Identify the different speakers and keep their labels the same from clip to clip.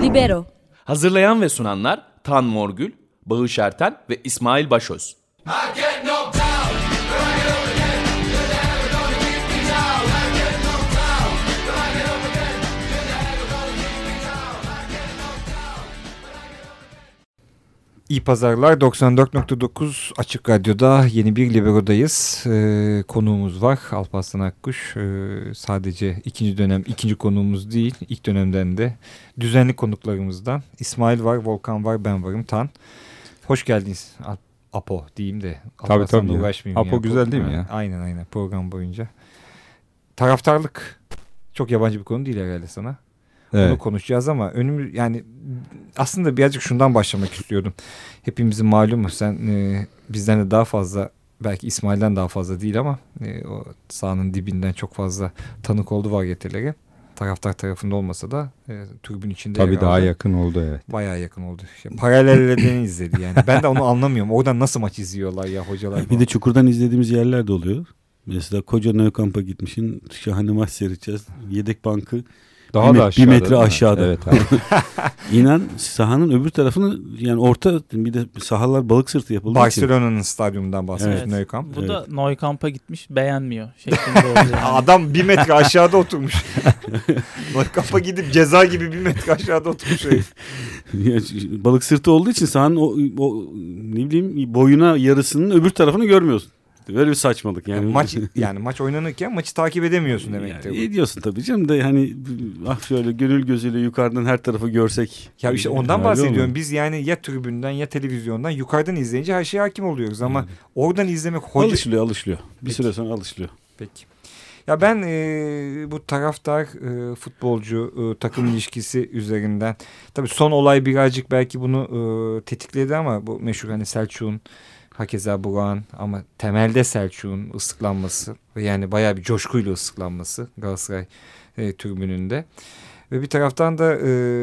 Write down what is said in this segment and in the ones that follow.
Speaker 1: Libero.
Speaker 2: Hazırlayan ve sunanlar Tan Morgül, Bağış Erten ve İsmail Başöz.
Speaker 3: İyi pazarlar. 94.9 Açık Radyo'da yeni bir Libero'dayız. Konuğumuz var. Alparslan Akkuş. Sadece ikinci konuğumuz değil. İlk dönemden de düzenli konuklarımızdan. İsmail var, Volkan var, ben varım. Tan. Hoş geldiniz. Apo diyeyim de.
Speaker 4: Tabii.
Speaker 3: Uğraşmayayım.
Speaker 4: Apo güzel değil mi ya?
Speaker 3: Aynen program boyunca. Taraftarlık çok yabancı bir konu değil herhalde sana.
Speaker 4: Evet.
Speaker 3: Bunu konuşacağız ama yani aslında birazcık şundan başlamak istiyordum. Hepimizin malumu sen bizden de daha fazla, belki İsmail'den daha fazla değil ama o sahanın dibinden çok fazla tanık oldu varyetelere. Taraftar tarafında olmasa da tribün içinde.
Speaker 4: Tabii daha yakın oldu, evet.
Speaker 3: Bayağı yakın oldu. Paralellerden izledi yani. Ben de onu anlamıyorum. Oradan nasıl maç izliyorlar ya hocalar.
Speaker 5: Bir de çukurdan izlediğimiz yerler de oluyor. Mesela koca Neukamp'a gitmişsin, şahane maç seyredeceğiz. Yedek bankı
Speaker 4: daha da aşağıda.
Speaker 5: 1 metre aşağıda.
Speaker 4: Evet abi.
Speaker 5: İnan sahanın öbür tarafını, yani orta, bir de sahalar balık sırtı yapıldığı
Speaker 3: Barcelona'nın stadyumundan bahsediyorsun,
Speaker 5: evet.
Speaker 3: Neukamp.
Speaker 6: Bu da Neukamp'a gitmiş, beğenmiyor şeklinde oluyor. Yani.
Speaker 3: Adam 1 metre aşağıda oturmuş. Neukamp'a gidip ceza gibi 1 metre aşağıda oturmuş.
Speaker 5: Balık sırtı olduğu için sahanın o ne bileyim boyuna yarısının öbür tarafını görmüyorsun. Böyle bir saçmalık yani.
Speaker 3: Maç oynanırken maçı takip edemiyorsun demektir.
Speaker 5: Yani ediyorsun tabii canım da hani şöyle gönül gözüyle yukarıdan her tarafı görsek.
Speaker 3: Ya işte ondan bahsediyorum. Biz yani ya tribünden ya televizyondan yukarıdan izleyince her şeye hakim oluyoruz ama yani oradan izlemek
Speaker 5: alışılıyor. Bir süre sonra alışılıyor.
Speaker 3: Peki. Ya ben bu taraftar futbolcu takım ilişkisi üzerinden, tabii son olay birazcık belki bunu tetikledi ama bu meşhur hani Selçuk'un, hakeza Burak'ın ama temelde Selçuk'un ıslıklanması ve yani bayağı bir coşkuyla ıslıklanması Galatasaray tribününde ve bir taraftan da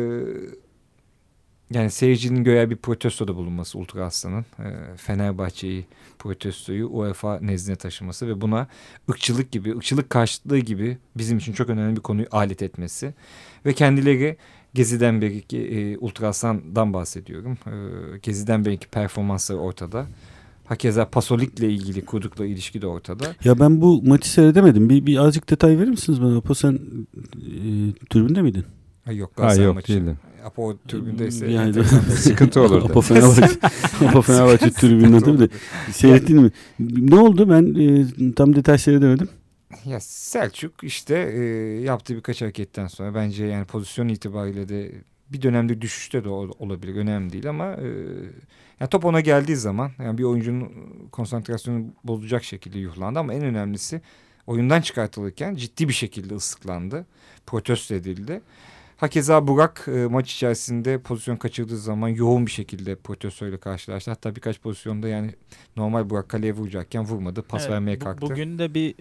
Speaker 3: yani seyircinin göğe bir protestoda bulunması, Ultra Aslan'ın Fenerbahçe'yi protestoyu UEFA nezdine taşıması ve buna ırkçılık karşıtlığı gibi bizim için çok önemli bir konuyu alet etmesi ve kendileri Gezi'den beri Ultra Aslan'dan bahsediyorum. Gezi'den beri performansları ortada. Hakeza Pasolik'le ilgili kurdukları ilişki de ortada.
Speaker 5: Ya ben bu maçı seyredemedim. Bir azıcık detay verir misiniz bana? Apo sen tribünde miydin?
Speaker 3: Yok, Galatasaray maçı.
Speaker 4: Değildim.
Speaker 3: Apo tribündeyse
Speaker 5: yani
Speaker 4: sıkıntı olurdu.
Speaker 5: Apo Fenerbahçe tribünde değil mi? Seyrettin mi? Ne oldu? Ben tam detay seyredemedim.
Speaker 3: Ya Selçuk işte yaptığı birkaç hareketten sonra bence yani pozisyon itibariyle de bir dönemde düşüşte de olabilir. Önemli değil ama yani top ona geldiği zaman yani bir oyuncunun konsantrasyonu bozacak şekilde yuhlandı ama en önemlisi oyundan çıkartılırken ciddi bir şekilde ıslıklandı. Protesto edildi. Hakeza Burak maç içerisinde pozisyon kaçırdığı zaman yoğun bir şekilde protestoyla karşılaştı. Hatta birkaç pozisyonda yani normal Burak kaleye vuracakken vurmadı. Pas vermeye kalktı.
Speaker 6: Bugün de bir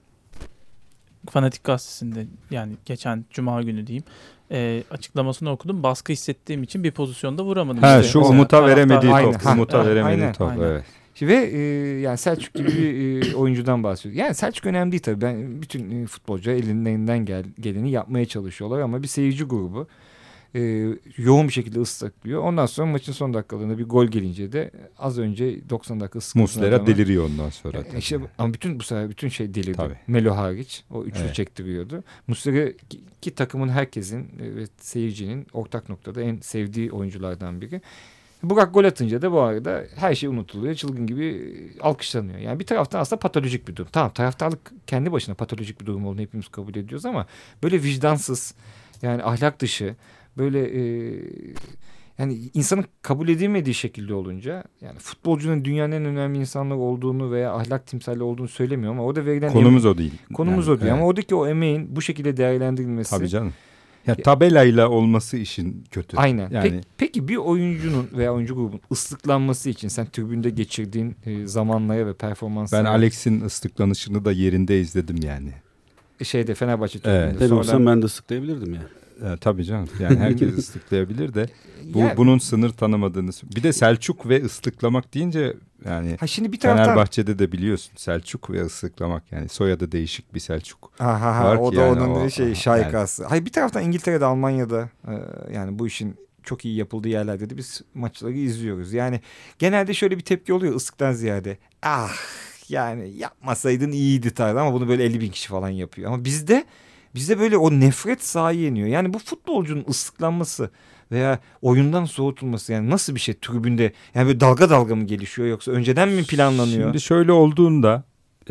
Speaker 6: Fanatik Gazetesi'nde, yani geçen Cuma günü diyeyim, açıklamasını okudum. Baskı hissettiğim için bir pozisyonda vuramadım.
Speaker 4: Şu Umut'a veremediği top.
Speaker 3: Umut'a
Speaker 4: veremediği top.
Speaker 6: Aynen.
Speaker 4: Evet.
Speaker 3: Ve yani Selçuk gibi bir oyuncudan bahsediyoruz. Yani Selçuk önemli değil tabii. Ben bütün futbolcular elinden geleni yapmaya çalışıyorlar ama bir seyirci grubu yoğun bir şekilde ıslaklıyor. Ondan sonra maçın son dakikalarında bir gol gelince de az önce 90 dakika
Speaker 4: Muslera deliriyor ondan sonra.
Speaker 3: Ama bu sefer bütün şey delirdi.
Speaker 4: Tabii.
Speaker 3: Melo hariç. O üçlü
Speaker 4: evet.
Speaker 3: çektiriyordu. Muslera ki takımın herkesin ve seyircinin ortak noktada en sevdiği oyunculardan biri. Burak gol atınca da bu arada her şey unutuluyor. Çılgın gibi alkışlanıyor. Yani bir taraftan aslında patolojik bir durum. Tamam, taraftarlık kendi başına patolojik bir durum olduğunu hepimiz kabul ediyoruz ama böyle vicdansız, yani ahlak dışı, böyle yani insanın kabul edilmediği şekilde olunca, yani futbolcunun dünyanın en önemli insanlar olduğunu veya ahlak timsali olduğunu söylemiyorum ama orada verilen
Speaker 4: konumuz o değil.
Speaker 3: Konumuz o değil evet. Ama oradaki o emeğin bu şekilde değerlendirilmesi.
Speaker 4: Tabii canım. Ya tabelayla olması işin kötü.
Speaker 3: Aynen.
Speaker 4: Yani...
Speaker 3: Peki bir oyuncunun veya oyuncu grubunun ıslıklanması için sen tribünde geçirdiğin zamanlara ve performanslara...
Speaker 4: Ben Alex'in ıslıklanışını da yerinde izledim yani.
Speaker 3: Fenerbahçe tribünde.
Speaker 5: Evet. Ben olsam ben de ıslıklayabilirdim yani.
Speaker 4: Tabii canım. Yani herkes ıslıklayabilir de bunun sınır tanımadığını. Bir de Selçuk ve ıslıklamak deyince Yani
Speaker 3: Şimdi bir taraftan
Speaker 4: Fenerbahçe'de de biliyorsun Selçuk ve ıslıklamak, yani soyadı değişik bir Selçuk.
Speaker 3: o da
Speaker 4: yani
Speaker 3: onun şaikası.
Speaker 4: Yani.
Speaker 3: Hayır, bir taraftan İngiltere'de, Almanya'da yani bu işin çok iyi yapıldığı yerlerde de biz maçları izliyoruz. Yani genelde şöyle bir tepki oluyor ıslıktan ziyade. Yani yapmasaydın iyiydi tarzı, ama bunu böyle 50.000 kişi falan yapıyor. Ama bizde böyle o nefret sahaya yeniyor. Yani bu futbolcunun ıslıklanması veya oyundan soğutulması, yani nasıl bir şey tribünde? Yani böyle dalga dalga mı gelişiyor, yoksa önceden mi planlanıyor?
Speaker 4: Şimdi şöyle olduğunda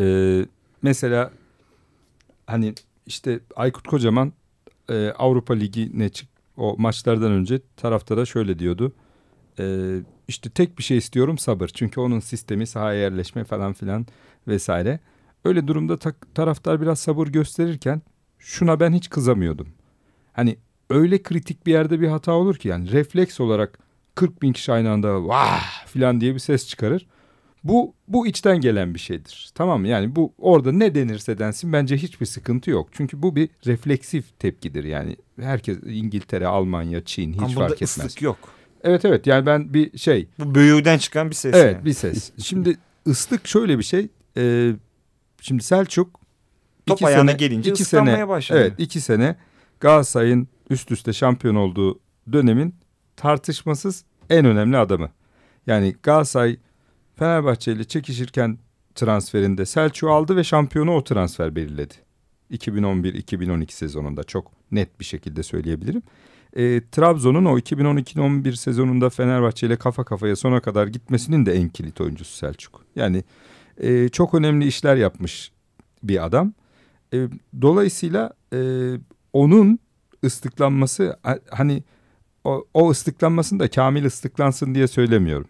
Speaker 4: mesela hani işte Aykut Kocaman Avrupa Ligi'ne o maçlardan önce taraftara şöyle diyordu. İşte tek bir şey istiyorum, sabır. Çünkü onun sistemi sahaya yerleşme falan filan vesaire. Öyle durumda taraftar biraz sabır gösterirken şuna ben hiç kızamıyordum. Hani öyle kritik bir yerde bir hata olur ki, yani refleks olarak 40.000 kişi aynı anda vah filan diye bir ses çıkarır. Bu içten gelen bir şeydir. Tamam mı? Yani bu orada ne denirse densin bence hiçbir sıkıntı yok. Çünkü bu bir refleksif tepkidir. Yani herkes, İngiltere, Almanya, Çin hiç fark etmez.
Speaker 3: Ama ıslık yok.
Speaker 4: Evet, yani ben bir şey.
Speaker 3: Bu böğürden çıkan bir ses.
Speaker 4: Evet,
Speaker 3: yani.
Speaker 4: bir ses. Şimdi ıslık şöyle bir şey. Şimdi Selçuk
Speaker 3: top ayağına gelince ıslanmaya başladı.
Speaker 4: Evet, 2 sene Galatasaray'ın üst üste şampiyon olduğu dönemin tartışmasız en önemli adamı. Yani Galatasaray Fenerbahçe ile çekişirken transferinde Selçuk'u aldı ve şampiyonu o transfer belirledi. 2011-2012 sezonunda çok net bir şekilde söyleyebilirim. Trabzon'un o 2012-2011 sezonunda Fenerbahçe ile kafa kafaya sona kadar gitmesinin de en kilit oyuncusu Selçuk. Yani çok önemli işler yapmış bir adam. Dolayısıyla onun ıslıklanması, hani o ıslıklanmasını da kamil ıslıklansın diye söylemiyorum.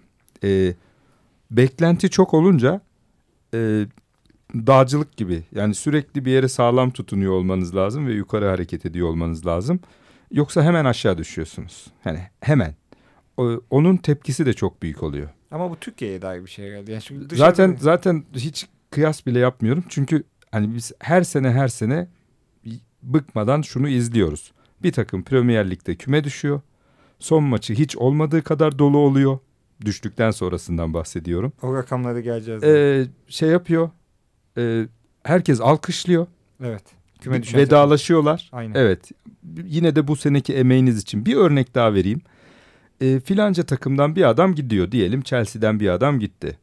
Speaker 4: Beklenti çok olunca dağcılık gibi, yani sürekli bir yere sağlam tutunuyor olmanız lazım ve yukarı hareket ediyor olmanız lazım. Yoksa hemen aşağı düşüyorsunuz. Yani hemen. Onun tepkisi de çok büyük oluyor.
Speaker 3: Ama bu Türkiye'ye dair bir şey geldi. Yani şimdi dışarıda...
Speaker 4: Zaten hiç kıyas bile yapmıyorum. Çünkü hani biz her sene bıkmadan şunu izliyoruz. Bir takım Premier Lig'de küme düşüyor. Son maçı hiç olmadığı kadar dolu oluyor. Düştükten sonrasından bahsediyorum.
Speaker 3: O rakamlara geleceğiz.
Speaker 4: Şey yapıyor. Herkes alkışlıyor.
Speaker 3: Evet.
Speaker 4: Vedalaşıyorlar.
Speaker 3: Aynen.
Speaker 4: Evet. Yine de bu seneki emeğiniz için bir örnek daha vereyim. Filanca takımdan bir adam gidiyor. Diyelim Chelsea'den bir adam gitti.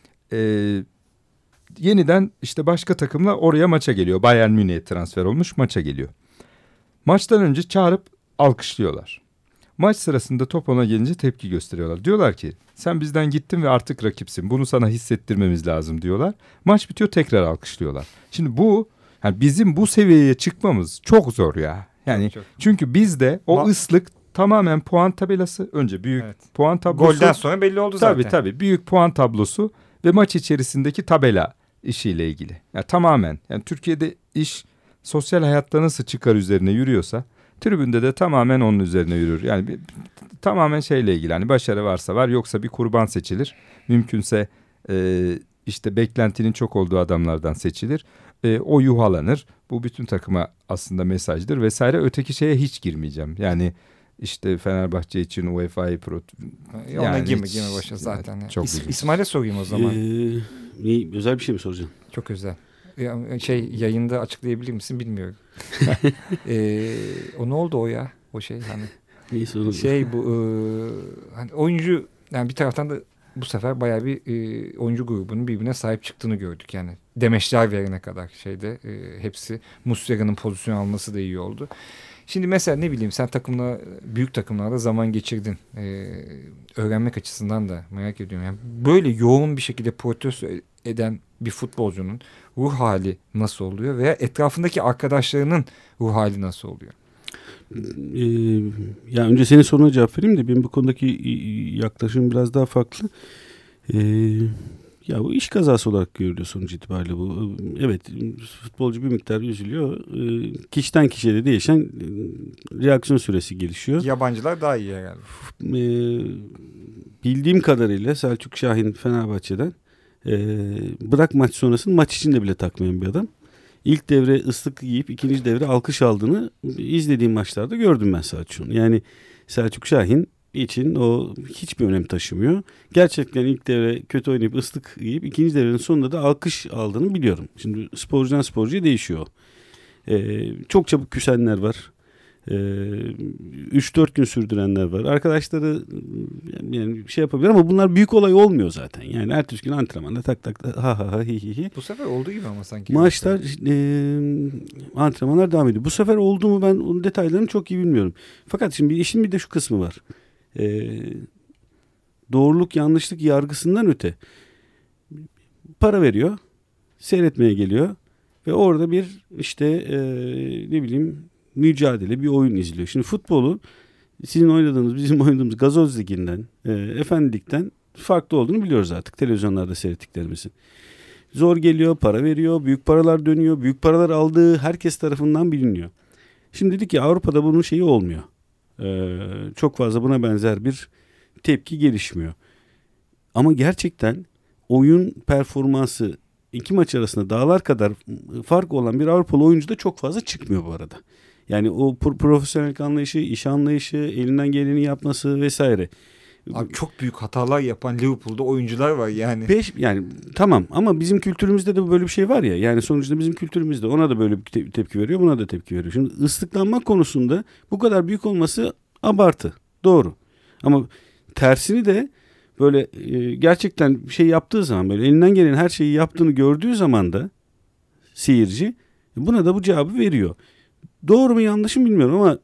Speaker 4: Yeniden işte başka takımla oraya maça geliyor. Bayern Münih'e transfer olmuş, maça geliyor. Maçtan önce çağırıp alkışlıyorlar. Maç sırasında top ona gelince tepki gösteriyorlar. Diyorlar ki sen bizden gittin ve artık rakipsin. Bunu sana hissettirmemiz lazım diyorlar. Maç bitiyor, tekrar alkışlıyorlar. Şimdi bu, yani bizim bu seviyeye çıkmamız çok zor ya. Yani çok. Çünkü bizde o ıslık tamamen puan tabelası. Önce büyük puan tablosu.
Speaker 3: Golden sonra belli oldu zaten.
Speaker 4: Tabii büyük puan tablosu ve maç içerisindeki tabela işiyle ilgili. Yani tamamen, yani Türkiye'de iş sosyal hayatta nasıl çıkar üzerine yürüyorsa tribünde de tamamen onun üzerine yürür. Yani tamamen şeyle ilgili. Hani başarı varsa var, yoksa bir kurban seçilir. Mümkünse işte beklentinin çok olduğu adamlardan seçilir. O yuhalanır. Bu bütün takıma aslında mesajdır vesaire. Öteki şeye hiç girmeyeceğim. Yani işte Fenerbahçe için UEFA'yı
Speaker 3: ona girme başa zaten. Yani. Çok İsmail'e sorayım o zaman.
Speaker 5: Özel bir şey mi soracağım?
Speaker 3: Çok özel. Yayında açıklayabilir misin bilmiyorum. O ne oldu o ya? O şey hani. Hani oyuncu, yani bir taraftan da bu sefer bayağı bir oyuncu grubunun birbirine sahip çıktığını gördük. Yani demeçler verene kadar hepsi Muslera'nın pozisyon alması da iyi oldu. Şimdi mesela ne bileyim, sen büyük takımlarda zaman geçirdin. Öğrenmek açısından da merak ediyorum. Yani böyle yoğun bir şekilde protesto eden bir futbolcunun ruh hali nasıl oluyor veya etrafındaki arkadaşlarının ruh hali nasıl oluyor?
Speaker 5: Yani önce senin soruna cevap vereyim de benim bu konudaki yaklaşımım biraz daha farklı. Ya bu iş kazası olarak görülüyor sonuç itibariyle bu. Evet, futbolcu bir miktar üzülüyor. Kişiden kişiye de değişen reaksiyon süresi gelişiyor.
Speaker 3: Yabancılar daha iyi herhalde.
Speaker 5: Bildiğim kadarıyla Selçuk Şahin Fenerbahçe'den bırak maç sonrasını maç içinde bile takmayan bir adam. İlk devre ıslık giyip ikinci devre alkış aldığını izlediğim maçlarda gördüm ben Selçuk'un. Yani Selçuk Şahin için o hiçbir önem taşımıyor. Gerçekten ilk devre kötü oynayıp ıslık yiyip ikinci devrenin sonunda da alkış aldığını biliyorum. Şimdi sporcudan sporcuya değişiyor. Çok çabuk küsenler var. 3-4 gün sürdürenler var. Arkadaşları yani şey yapabilir ama bunlar büyük olay olmuyor zaten. Yani ertesi gün antrenmanda tak tak ha ha ha hi hi hi.
Speaker 3: Bu sefer olduğu gibi ama sanki.
Speaker 5: Maçlar antrenmanlar devam ediyor. Bu sefer oldu mu ben onun detaylarını çok iyi bilmiyorum. Fakat şimdi işin bir de şu kısmı var. Doğruluk yanlışlık yargısından öte para veriyor. Seyretmeye geliyor. Ve orada bir işte ne bileyim mücadele, bir oyun izliyor. Şimdi futbolu sizin oynadığınız, bizim oynadığımız gazoz liginden, efendilikten farklı olduğunu biliyoruz artık televizyonlarda seyrettiklerimizin. Zor geliyor, para veriyor, büyük paralar dönüyor, büyük paralar aldığı herkes tarafından biliniyor. Şimdi dedik ki Avrupa'da bunun şeyi olmuyor. Çok fazla buna benzer bir tepki gelişmiyor. Ama gerçekten oyun performansı iki maç arasında dağlar kadar fark olan bir Avrupalı oyuncu da çok fazla çıkmıyor bu arada. Yani o profesyonel anlayışı, iş anlayışı, elinden geleni yapması vesaire.
Speaker 3: Abi çok büyük hatalar yapan Liverpool'da oyuncular var yani.
Speaker 5: Yani tamam ama bizim kültürümüzde de böyle bir şey var ya. Yani sonuçta bizim kültürümüzde ona da böyle bir tepki veriyor, buna da tepki veriyor. Şimdi ıslıklanma konusunda bu kadar büyük olması abartı. Doğru. Ama tersini de böyle gerçekten şey yaptığı zaman, böyle elinden gelen her şeyi yaptığını gördüğü zaman da seyirci buna da bu cevabı veriyor. Doğru mu yanlış mı bilmiyorum ama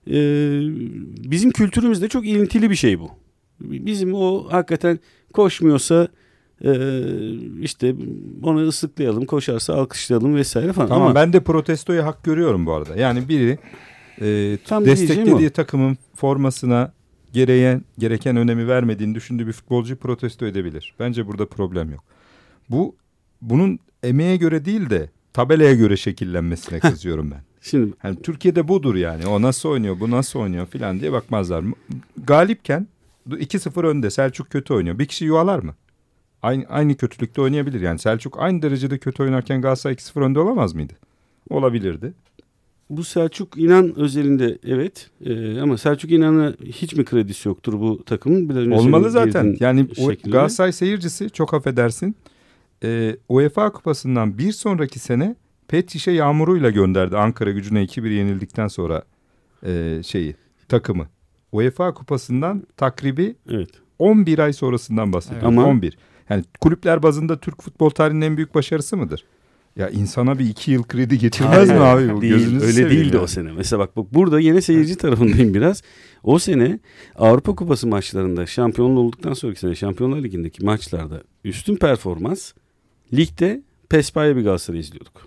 Speaker 5: bizim kültürümüzde çok ilintili bir şey bu. Bizim o hakikaten koşmuyorsa işte onu ıslıklayalım, koşarsa alkışlayalım vesaire falan.
Speaker 4: Tamam,
Speaker 5: ama
Speaker 4: ben de protestoya hak görüyorum bu arada. Yani biri
Speaker 5: tam
Speaker 4: desteklediği takımın formasına gereken önemi vermediğini düşündüğü bir futbolcuyu protesto edebilir. Bence burada problem yok. Bunun emeğe göre değil de tabelaya göre şekillenmesine kızıyorum ben.
Speaker 5: Şimdi
Speaker 4: Yani Türkiye'de budur yani. O nasıl oynuyor, bu nasıl oynuyor filan diye bakmazlar. Galipken 2-0 önde, Selçuk kötü oynuyor. Bir kişi yuvalar mı? Aynı kötülükte oynayabilir. Yani Selçuk aynı derecede kötü oynarken Galatasaray 2-0 önde olamaz mıydı? Olabilirdi.
Speaker 5: bu Selçuk İnan özelinde evet ama Selçuk İnan'a hiç mi kredisi yoktur bu takımın? Biraz önce
Speaker 4: olmalı zaten. Yani Galatasaray seyircisi, çok affedersin, UEFA Kupası'ndan bir sonraki sene pet şişe yağmuruyla gönderdi Ankara Gücü'ne 2-1 yenildikten sonra takımı. UEFA Kupası'ndan takribi
Speaker 5: evet.
Speaker 4: 11 ay sonrasından bahsediyoruz.
Speaker 5: Ama
Speaker 4: 11. Yani kulüpler bazında Türk futbol tarihinin en büyük başarısı mıdır? Ya insana bir 2 yıl kredi getirmez mi abi? Bu?
Speaker 5: Değil, öyle değildi yani. O sene. Mesela bak burada yine seyirci tarafındayım biraz. O sene Avrupa Kupası maçlarında şampiyonluğu olduktan sonraki sene Şampiyonlar Ligi'ndeki maçlarda üstün performans, ligde Pespa'ya bir Galatasaray izliyorduk.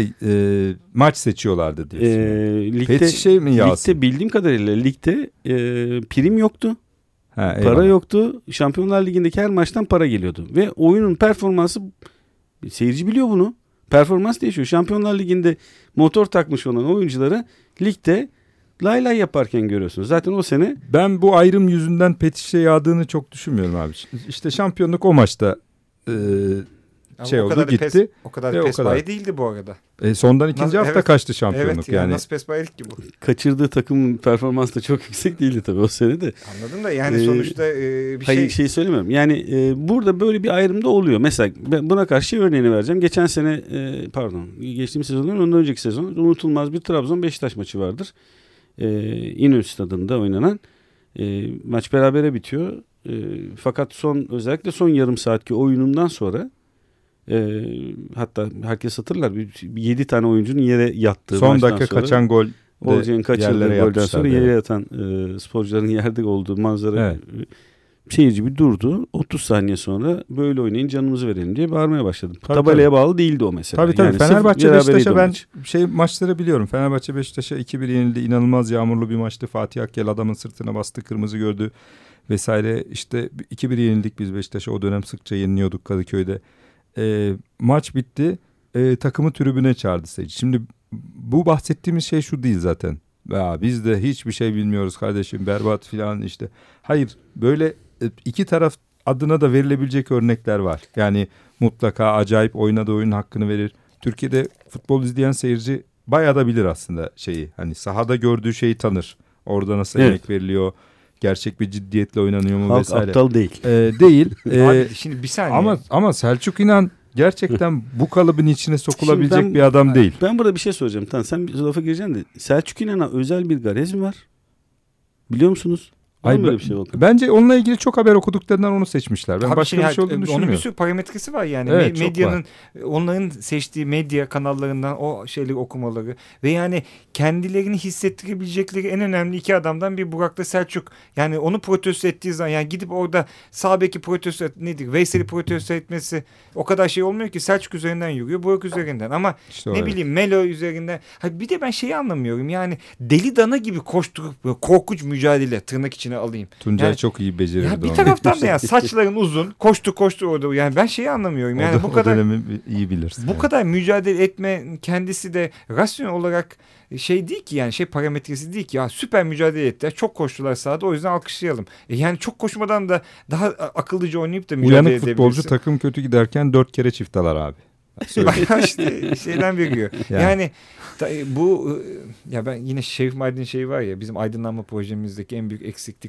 Speaker 4: Maç seçiyorlardı diyorsun.
Speaker 5: Ligde bildiğim kadarıyla ligde prim yoktu. Para yoktu. Şampiyonlar Ligi'ndeki her maçtan para geliyordu. Ve oyunun performansı, seyirci biliyor bunu. Performans değişiyor. Şampiyonlar Ligi'nde motor takmış olan oyuncuları ligde lay lay yaparken görüyorsunuz. Zaten o sene...
Speaker 4: Ben bu ayrım yüzünden pet şişe yağdığını çok düşünmüyorum abi. İşte şampiyonluk o maçta oldu gitti.
Speaker 3: O kadar Pespa'yı değildi bu arada.
Speaker 4: Sondan ikinci hafta kaçtı şampiyonluk.
Speaker 3: Evet
Speaker 4: yani.
Speaker 3: Nasıl Pespa'ydık ki bu?
Speaker 5: Kaçırdığı takımın performansı da çok yüksek değildi tabii o sene de.
Speaker 3: Anladım da yani sonuçta
Speaker 5: şey söylemiyorum. Yani burada böyle bir ayrım da oluyor. Mesela ben buna karşı örneğini vereceğim. Geçen sene geçtiğimiz sezondan ondan önceki sezon unutulmaz bir Trabzon-Beşiktaş maçı vardır. İnönü Stadı'nda oynanan maç berabere bitiyor. Fakat özellikle son yarım saatki oyunundan sonra hatta herkes hatırlar 7 tane oyuncunun yere yattığı
Speaker 4: son dakika
Speaker 5: sonra,
Speaker 4: kaçan gol
Speaker 5: Olcay'ın kaçırdığı golden sonra yere yatan sporcuların yerde olduğu manzara seyirci bir durdu. 30 saniye sonra böyle oynayın canımızı verelim diye bağırmaya başladım. Tabelaya bağlı değildi o mesela.
Speaker 4: Tabii yani Fenerbahçe Beşiktaş'a ben maçları biliyorum. Fenerbahçe Beşiktaş'a 2-1 yenildi. İnanılmaz yağmurlu bir maçtı. Fatih Akgel adamın sırtına bastı, kırmızı gördü vesaire. İşte 2-1 yenildik biz Beşiktaş'a. O dönem sıkça yeniliyorduk Kadıköy'de. Maç bitti. Takımı tribüne çağırdı seyirci. Şimdi bu bahsettiğimiz şey şu değil zaten. Ya biz de hiçbir şey bilmiyoruz kardeşim, berbat filan işte. Hayır, böyle iki taraf adına da verilebilecek örnekler var. Yani mutlaka acayip oynadığı oyunun hakkını verir. Türkiye'de futbol izleyen seyirci bayağı da bilir aslında şeyi. Hani sahada gördüğü şeyi tanır. Orada nasıl emek veriliyor. Gerçek bir ciddiyetle oynanıyor mu
Speaker 5: Halk
Speaker 4: vesaire.
Speaker 5: aptal değil.
Speaker 4: Değil.
Speaker 3: Abi şimdi bir saniye.
Speaker 4: Ama Selçuk İnan gerçekten bu kalıbın içine sokulabilecek
Speaker 5: Şimdi
Speaker 4: bir adam değil.
Speaker 5: Ben burada bir şey soracağım. Tamam, sen bir lafa gireceksin de. Selçuk İnan'a özel bir garez mi var? Biliyor musunuz? Var mı böyle bir şey Volkan?
Speaker 4: Bence onunla ilgili çok haber okuduklarından onu seçmişler. Ben
Speaker 3: Tabii
Speaker 4: başka
Speaker 3: şimdi
Speaker 4: bir şey olduğunu
Speaker 3: onun bir
Speaker 4: düşünmüyorum.
Speaker 3: sürü parametresi var yani.
Speaker 4: Evet, çok
Speaker 3: Medyanın onların seçtiği medya kanallarından o şeyleri okumaları ve yani kendilerini hissettirebilecekleri en önemli iki adamdan bir Burak'la Selçuk. Yani onu protesto ettiği zaman yani gidip orada sağ beki protesto nedir? Veysel'i protesto etmesi o kadar şey olmuyor ki. Selçuk üzerinden yürüyor, Burak üzerinden ama
Speaker 4: İşte
Speaker 3: ne bileyim Melo üzerinden. Ha, bir de ben şeyi anlamıyorum yani deli dana gibi koşturup böyle korkunç mücadele tırnak içine alayım.
Speaker 4: Tuncay
Speaker 3: Yani-
Speaker 4: çok iyi becerirdi
Speaker 3: Ya bir
Speaker 4: onu.
Speaker 3: taraftan da ya saçların uzun koştu orada yani ben şeyi anlamıyorum yani
Speaker 4: O
Speaker 3: bu kadar
Speaker 4: dönemi iyi bilirsin.
Speaker 3: bu kadar mücadele etme kendisi de rasyonel olarak şey değil ki yani şey parametresi değil ki ya süper mücadele ettiler çok koştular sahada o yüzden alkışlayalım. Yani çok koşmadan da daha akıllıca oynayıp da mücadele
Speaker 4: Uyanık futbolcu
Speaker 3: edebilirsin.
Speaker 4: takım kötü giderken 4 kere çift alar abi.
Speaker 3: işte şeyden veriyor. Yani bu ya ben yine Şerif Mardin şeyi var ya bizim aydınlanma projemizdeki en büyük eksiklik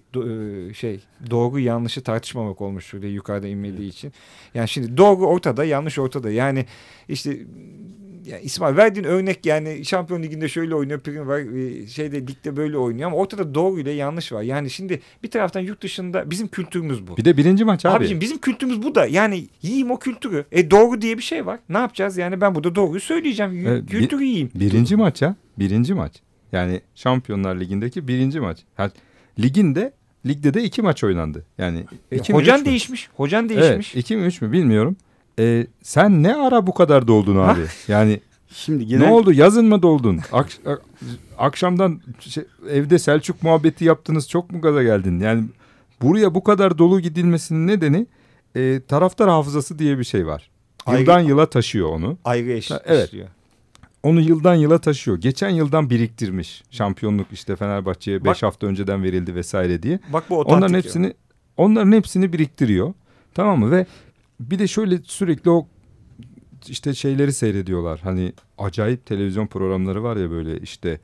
Speaker 3: doğru yanlışı tartışmamak olmuştur diye yukarıda inmediği için. Yani şimdi doğru ortada yanlış ortada. Yani işte ya İsmail verdiğin örnek yani Şampiyon Ligi'nde şöyle oynuyor, prim var, şeyde ligde böyle oynuyor ama ortada doğru ile yanlış var. Yani şimdi bir taraftan yurt dışında bizim kültürümüz bu.
Speaker 4: Bir de birinci maç abi.
Speaker 3: Abicim bizim kültürümüz bu da. Yani yiyeyim o kültürü. Doğru diye bir şey var. Ne yapacağız? Yani ben burada doğruyu söyleyeceğim. Kültürü yiyeyim.
Speaker 4: Birinci maç ya. Birinci maç. Yani Şampiyonlar Ligi'ndeki birinci maç. Yani ligde de 2 maç oynandı. Yani
Speaker 3: Hocan değişmiş. Hocan değişmiş.
Speaker 4: Evet, 2 mi 3 mü bilmiyorum. Sen ne ara bu kadar doldun abi? Yani
Speaker 5: Şimdi
Speaker 4: ne oldu? Yazın mı doldun? Akşamdan evde Selçuk muhabbeti yaptınız. Çok mu gaza geldin? Yani buraya bu kadar dolu gidilmesinin nedeni taraftar hafızası diye bir şey var. Yıldan yıla taşıyor onu.
Speaker 3: Ayrı
Speaker 4: Evet.
Speaker 3: işliyor.
Speaker 4: Onu yıldan yıla taşıyor. Geçen yıldan biriktirmiş. Şampiyonluk işte Fenerbahçe'ye 5 hafta önceden verildi vesaire diye.
Speaker 3: Bak bu otantik.
Speaker 4: Onların hepsini biriktiriyor. Tamam mı? Ve bir de şöyle sürekli o işte şeyleri seyrediyorlar. Hani acayip televizyon programları var ya böyle işte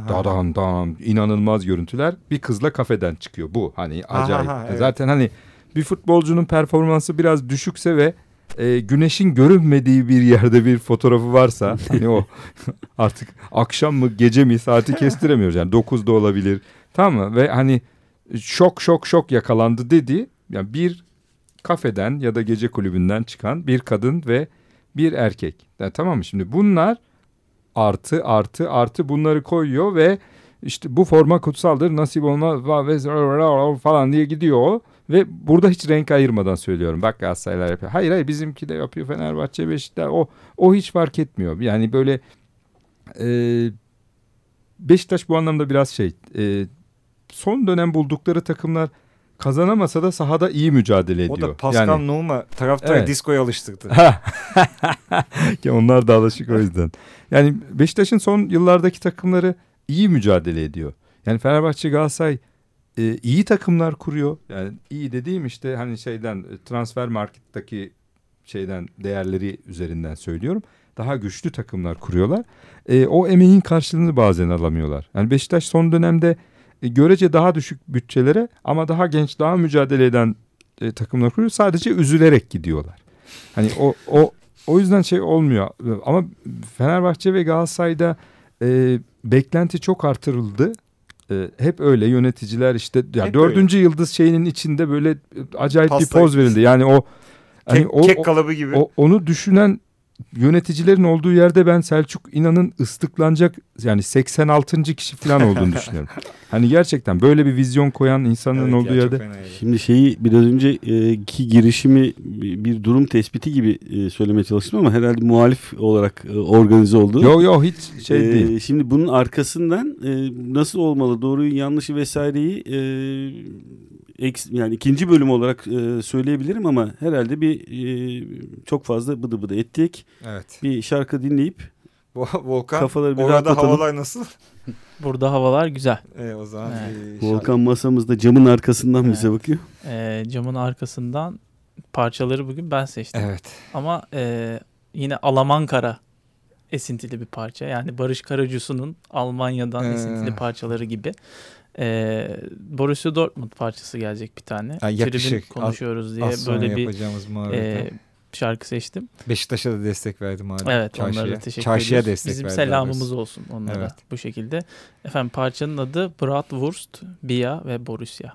Speaker 4: dadan inanılmaz görüntüler. Bir kızla kafeden çıkıyor. Bu hani acayip.
Speaker 3: Evet.
Speaker 4: Zaten hani bir futbolcunun performansı biraz düşükse ve güneşin görünmediği bir yerde bir fotoğrafı varsa hani o artık akşam mı gece mi saati kestiremiyoruz. Yani 9'da olabilir. Tamam mı? Ve hani şok yakalandı dedi. Yani bir kafeden ya da gece kulübünden çıkan bir kadın ve bir erkek. Yani tamam mı? Şimdi bunlar artı bunları koyuyor ve işte bu forma kutsaldır, nasip olmaz falan diye gidiyor o. Ve burada hiç renk ayırmadan söylüyorum. Bak Galatasaraylar yapıyor. Hayır bizimki de yapıyor, Fenerbahçe, Beşiktaş. O hiç fark etmiyor. Yani böyle Beşiktaş bu anlamda biraz son dönem buldukları takımlar kazanamasa da sahada iyi mücadele ediyor.
Speaker 3: O da Pascal Nouma taraftarı diskoya alıştırdı.
Speaker 4: Onlar da alışık o yüzden. Yani Beşiktaş'ın son yıllardaki takımları iyi mücadele ediyor. Yani Fenerbahçe, Galatasaray iyi takımlar kuruyor. Yani iyi dediğim işte hani transfer marketteki değerleri üzerinden söylüyorum. Daha güçlü takımlar kuruyorlar. O emeğin karşılığını bazen alamıyorlar. Yani Beşiktaş son dönemde görece daha düşük bütçelere ama daha genç, daha mücadele eden takımlar kuruyor. Sadece üzülerek gidiyorlar. Hani o yüzden olmuyor. Ama Fenerbahçe ve Galatasaray'da beklenti çok artırıldı. Hep öyle yöneticiler işte yani 4. yıldız şeyinin içinde böyle acayip bir poz verildi. Yani o hani
Speaker 3: kek kalıbı gibi.
Speaker 4: Onu düşünen yöneticilerin olduğu yerde ben Selçuk İnan'ın ıslıklanacak yani 86. kişi falan olduğunu düşünüyorum. Hani gerçekten böyle bir vizyon koyan insanların olduğu yerde.
Speaker 5: Şimdi biraz önceki girişimi bir durum tespiti gibi söylemeye çalıştım ama herhalde muhalif olarak organize oldu.
Speaker 4: Yok hiç değil.
Speaker 5: Şimdi bunun arkasından nasıl olmalı, doğruyu yanlışı vesaireyi yani ikinci bölüm olarak söyleyebilirim ama herhalde çok fazla bıdı bıdı ettik.
Speaker 3: Evet.
Speaker 5: Bir şarkı dinleyip
Speaker 3: Volkan
Speaker 5: kafaları bir
Speaker 3: orada
Speaker 5: rahatlatalım.
Speaker 3: havalar nasıl?
Speaker 6: Burada havalar güzel.
Speaker 3: O zaman
Speaker 5: Volkan masamızda camın arkasından bize bakıyor.
Speaker 6: Camın arkasından parçaları bugün ben seçtim.
Speaker 3: Evet.
Speaker 6: Ama yine Alamankara esintili bir parça. Yani Barış Karacusu'nun Almanya'dan esintili parçaları gibi. Borussia Dortmund parçası gelecek bir tane.
Speaker 3: Yakışık.
Speaker 6: Tribün konuşuyoruz diye
Speaker 3: Az
Speaker 6: böyle bir
Speaker 3: yapacağımız muhabbete.
Speaker 6: şarkı seçtim.
Speaker 3: Beşiktaş'a da destek verdim abi.
Speaker 6: Evet, onlara da teşekkür
Speaker 3: Çarşıya
Speaker 6: ediyoruz.
Speaker 3: destek
Speaker 6: Bizim
Speaker 3: verdi
Speaker 6: selamımız olsun onlara,
Speaker 3: Evet.
Speaker 6: bu şekilde. Efendim, parçanın adı Bratwurst, Bia ve Borussia.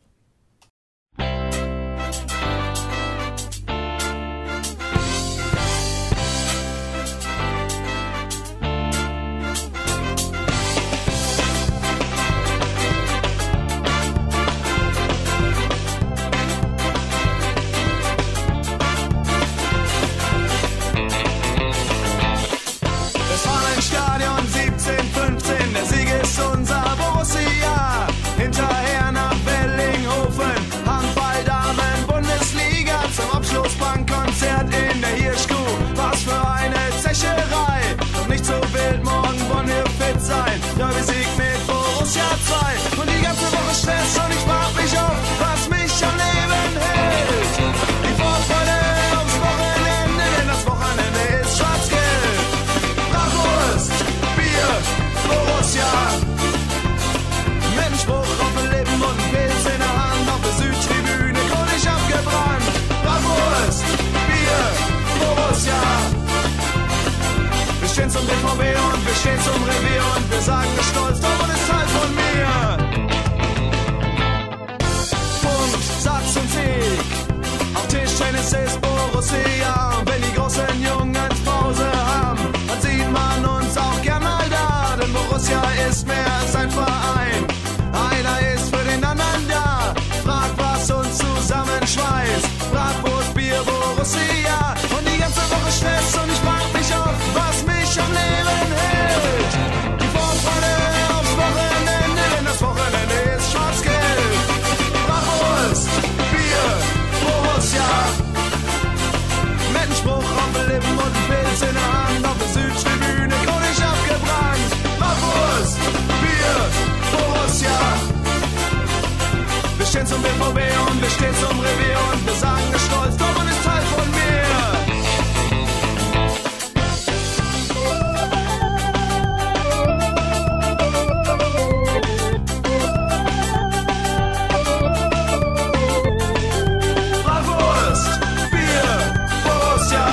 Speaker 1: Hinterher nach Wellinghofen, Handball-Damen, Bundesliga, zum Abschluss Bankkonzert in der Hirschkuh. Was für eine Zecherei, doch nicht so wild, morgen wollen wir fit sein. Ja, wir Sieg mit Borussia 2 und die ganze Woche Stress und ich frag mich auf, was mich am Leben hält. Die Vorfreude aufs Wochenende, denn das Wochenende ist schwarz-gelb. Bratwurst, Bier, Borussia. Spruch auf den Lippen und ein Pilz in der Hand. Auf der Südtribüne chronisch abgebrannt. Bratwurst, Bier, Borussia. Wir stehen zum BVB und wir stehen zum Revier und wir sagen es stolz, Dortmund ist Teil von mir. Punkt, Satz und Sieg. Auf Tischtennis ist Borussia. Und wenn die großen Jungs Pause haben, dann sieht man uns auch gern mal da. Denn Borussia ist mehr als ein Verein. Einer ist für den anderen da. Frag, was uns zusammenschweißt. Bratwurst, Bier, Borussia. Und die ganze Woche Stress und ich frag mich auf, was mich am Leben hält. Die Vorfreude aufs Wochenende, denn das Wochenende ist schwarz-gelb. Bratwurst, Bier, Borussia. Mit einem Spruch auf den Lippen und ein Pilz in der Hand. Auf der Südtribüne chronisch abgebrannt. Bratwurst, Bier, Borussia. Wir stehen zum BVB und wir stehen zum Revier und wir sagen es stolz, Dortmund ist Teil von mir. Bratwurst, Bier, Borussia.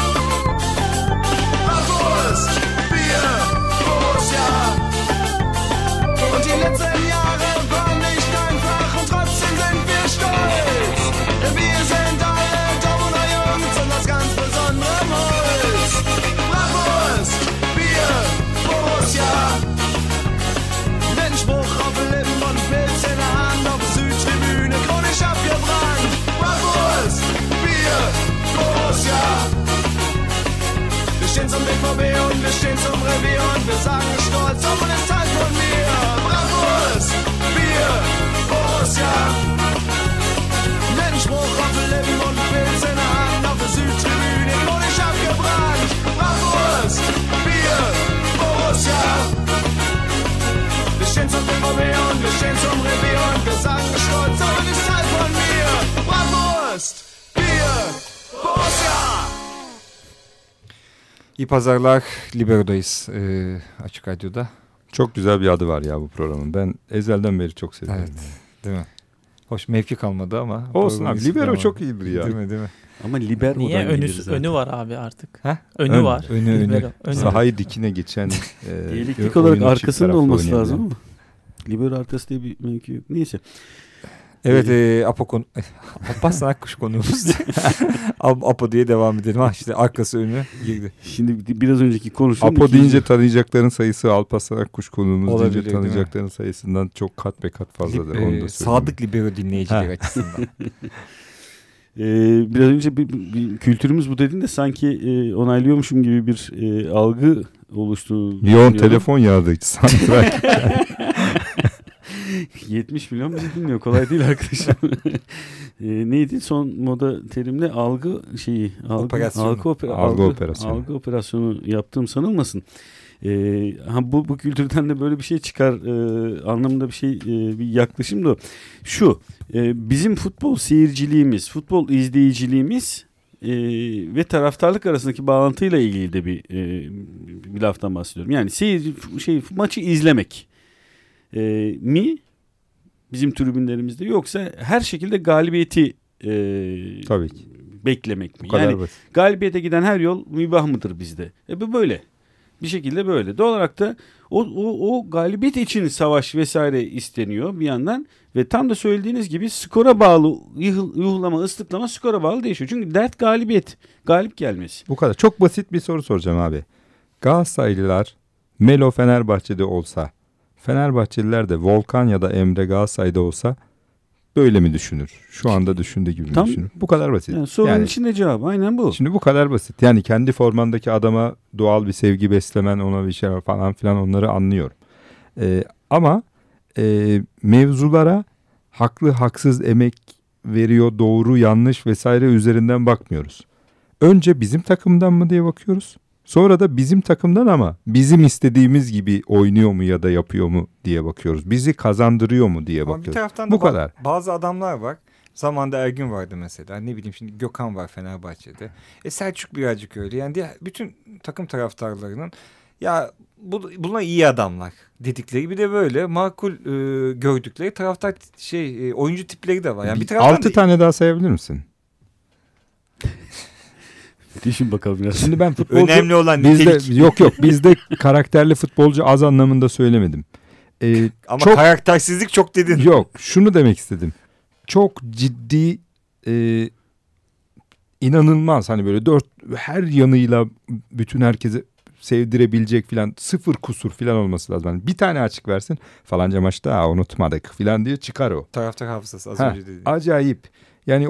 Speaker 1: Bratwurst, Bier, Borussia. Und die letzten Jahre waren nicht einfach und trotzdem sind wir stolz. Wir sind alle Dortmunder Jungs und das ganz besondere Holz. Bratwurst, Bier, Borussia. Mit einem Spruch auf den Lippen und ein Pilz in der Hand. Auf der Südtribüne chronisch abgebrannt. Bratwurst, Bier, Borussia. Wir stehen zum BVB und wir stehen zum Revier und wir sagen es stolz, Dortmund ist Teil von mir. Bratwurst, Bier, Borussia. Mit einem Spruch auf den Lippen und ein Pilz in der Hand. Auf der Südtribüne chronisch abgebrannt. Bratwurst, Bier, Borussia. Wir stehen zum BVB und wir stehen zum Revier und wir sagen es stolz, Dortmund ist Teil von mir. Bratwurst, Bier, Borussia.
Speaker 3: İyi pazarlar, Libero'dayız Açık Radyo'da.
Speaker 4: Çok güzel bir adı var ya bu programın. Ben ezelden beri çok seviyorum.
Speaker 3: Evet, değil mi? Hoş mevki kalmadı ama.
Speaker 4: Olsun abi, Libero çok iyidir ya.
Speaker 3: Değil mi?
Speaker 5: Ama Libero'dan
Speaker 6: Niye?
Speaker 5: gelir zaten.
Speaker 6: Önü var abi artık.
Speaker 3: Ha?
Speaker 6: Önü var.
Speaker 3: Önü.
Speaker 6: Libero, önü.
Speaker 4: Sahayı dikine geçen
Speaker 5: Diyalektik olarak
Speaker 4: oyunu çift
Speaker 5: arkasında
Speaker 4: taraflı
Speaker 5: olması
Speaker 4: oynayan.
Speaker 5: lazım ama. Libero arkası diye bir mevki yok. Neyse.
Speaker 3: Evet, Alparslan Akkuş konuğumuz. Apo diye devam edelim. Ha işte arkası önü girdi.
Speaker 5: Şimdi biraz önceki konuştuğum
Speaker 4: Apo deyince tanıyacakların sayısı, Alparslan Akkuş konuğumuz
Speaker 3: Olabilir,
Speaker 4: deyince
Speaker 3: değil mi?
Speaker 4: tanıyacakların sayısından çok kat be kat fazladır. Onu da söyleyeyim.
Speaker 3: Sadık Libero dinleyiciler açısından.
Speaker 5: Biraz önce bir kültürümüz bu dedin de sanki onaylıyormuşum gibi bir algı oluştu.
Speaker 4: Yoğun telefon yağdı santral.
Speaker 5: 70 milyon bizi dinliyor. Kolay değil arkadaşım. Neydi son moda terimle algı şeyi.
Speaker 3: Operasyonu.
Speaker 4: Algı operasyonu.
Speaker 5: Algı operasyonu yaptığım sanılmasın. Bu kültürden de böyle bir şey çıkar anlamında bir yaklaşım da şu. Bizim futbol seyirciliğimiz, futbol izleyiciliğimiz ve taraftarlık arasındaki bağlantıyla ilgili de bir laftan bahsediyorum. Yani maçı izlemek mi bizim tribünlerimizde. Yoksa her şekilde galibiyeti
Speaker 4: Tabii ki.
Speaker 5: beklemek mi?
Speaker 4: Bu kadar
Speaker 5: Yani
Speaker 4: basit.
Speaker 5: galibiyete giden her yol mübah mıdır bizde? Bu böyle. Bir şekilde böyle. Doğal olarak da o galibiyet için savaş vesaire isteniyor bir yandan. Ve tam da söylediğiniz gibi skora bağlı yuhlama, ıslıklama skora bağlı değişiyor. Çünkü dert galibiyet. Galip gelmesi.
Speaker 4: Bu kadar. Çok basit bir soru soracağım abi. Galatasaraylılar Melo Fenerbahçe'de olsa, Fenerbahçeliler de Volkan ya da Emre Galatasaray'da olsa böyle mi düşünür? Şu anda düşündüğü gibi mi
Speaker 5: Tam-
Speaker 4: düşünür? Bu kadar basit.
Speaker 5: Yani sorunun
Speaker 4: Yani-
Speaker 5: içinde cevap. Aynen bu.
Speaker 4: Şimdi bu kadar basit. Yani kendi formandaki adama doğal bir sevgi beslemen, ona bir şey falan filan, onları anlıyorum. Ama mevzulara haklı haksız, emek veriyor, doğru yanlış vesaire üzerinden bakmıyoruz. Önce bizim takımdan mı diye bakıyoruz. Sonra da bizim takımdan ama bizim istediğimiz gibi oynuyor mu ya da yapıyor mu diye bakıyoruz. Bizi kazandırıyor mu diye
Speaker 3: Ama bir
Speaker 4: bakıyoruz.
Speaker 3: taraftan da
Speaker 4: Bu kadar.
Speaker 3: bazı adamlar var. Zamanında Ergün vardı mesela. Ne bileyim şimdi Gökhan var Fenerbahçe'de. Selçuk birazcık öyle. Yani bütün takım taraftarlarının ya bunlar iyi adamlar dedikleri, bir de böyle makul gördükleri taraftar oyuncu tipleri de var. Yani bir taraftan
Speaker 4: 6 tane daha sayabilir misin?
Speaker 5: Düşün bakalım biraz.
Speaker 4: Şimdi ben futbolcu...
Speaker 3: önemli olan
Speaker 4: Bizde,
Speaker 3: nitelik.
Speaker 4: yok bizde karakterli futbolcu az anlamında söylemedim.
Speaker 3: Ama
Speaker 4: çok-
Speaker 3: karaktersizlik çok dedin.
Speaker 4: Yok, şunu demek istedim. Çok ciddi, inanılmaz, hani böyle her yanıyla bütün herkese sevdirebilecek filan, sıfır kusur filan olması lazım. Yani bir tane açık versin, falanca maçta unutmadık filan diye çıkar o.
Speaker 3: Taraftar hafızası az
Speaker 4: Ha,
Speaker 3: önce dediğin.
Speaker 4: acayip. Yani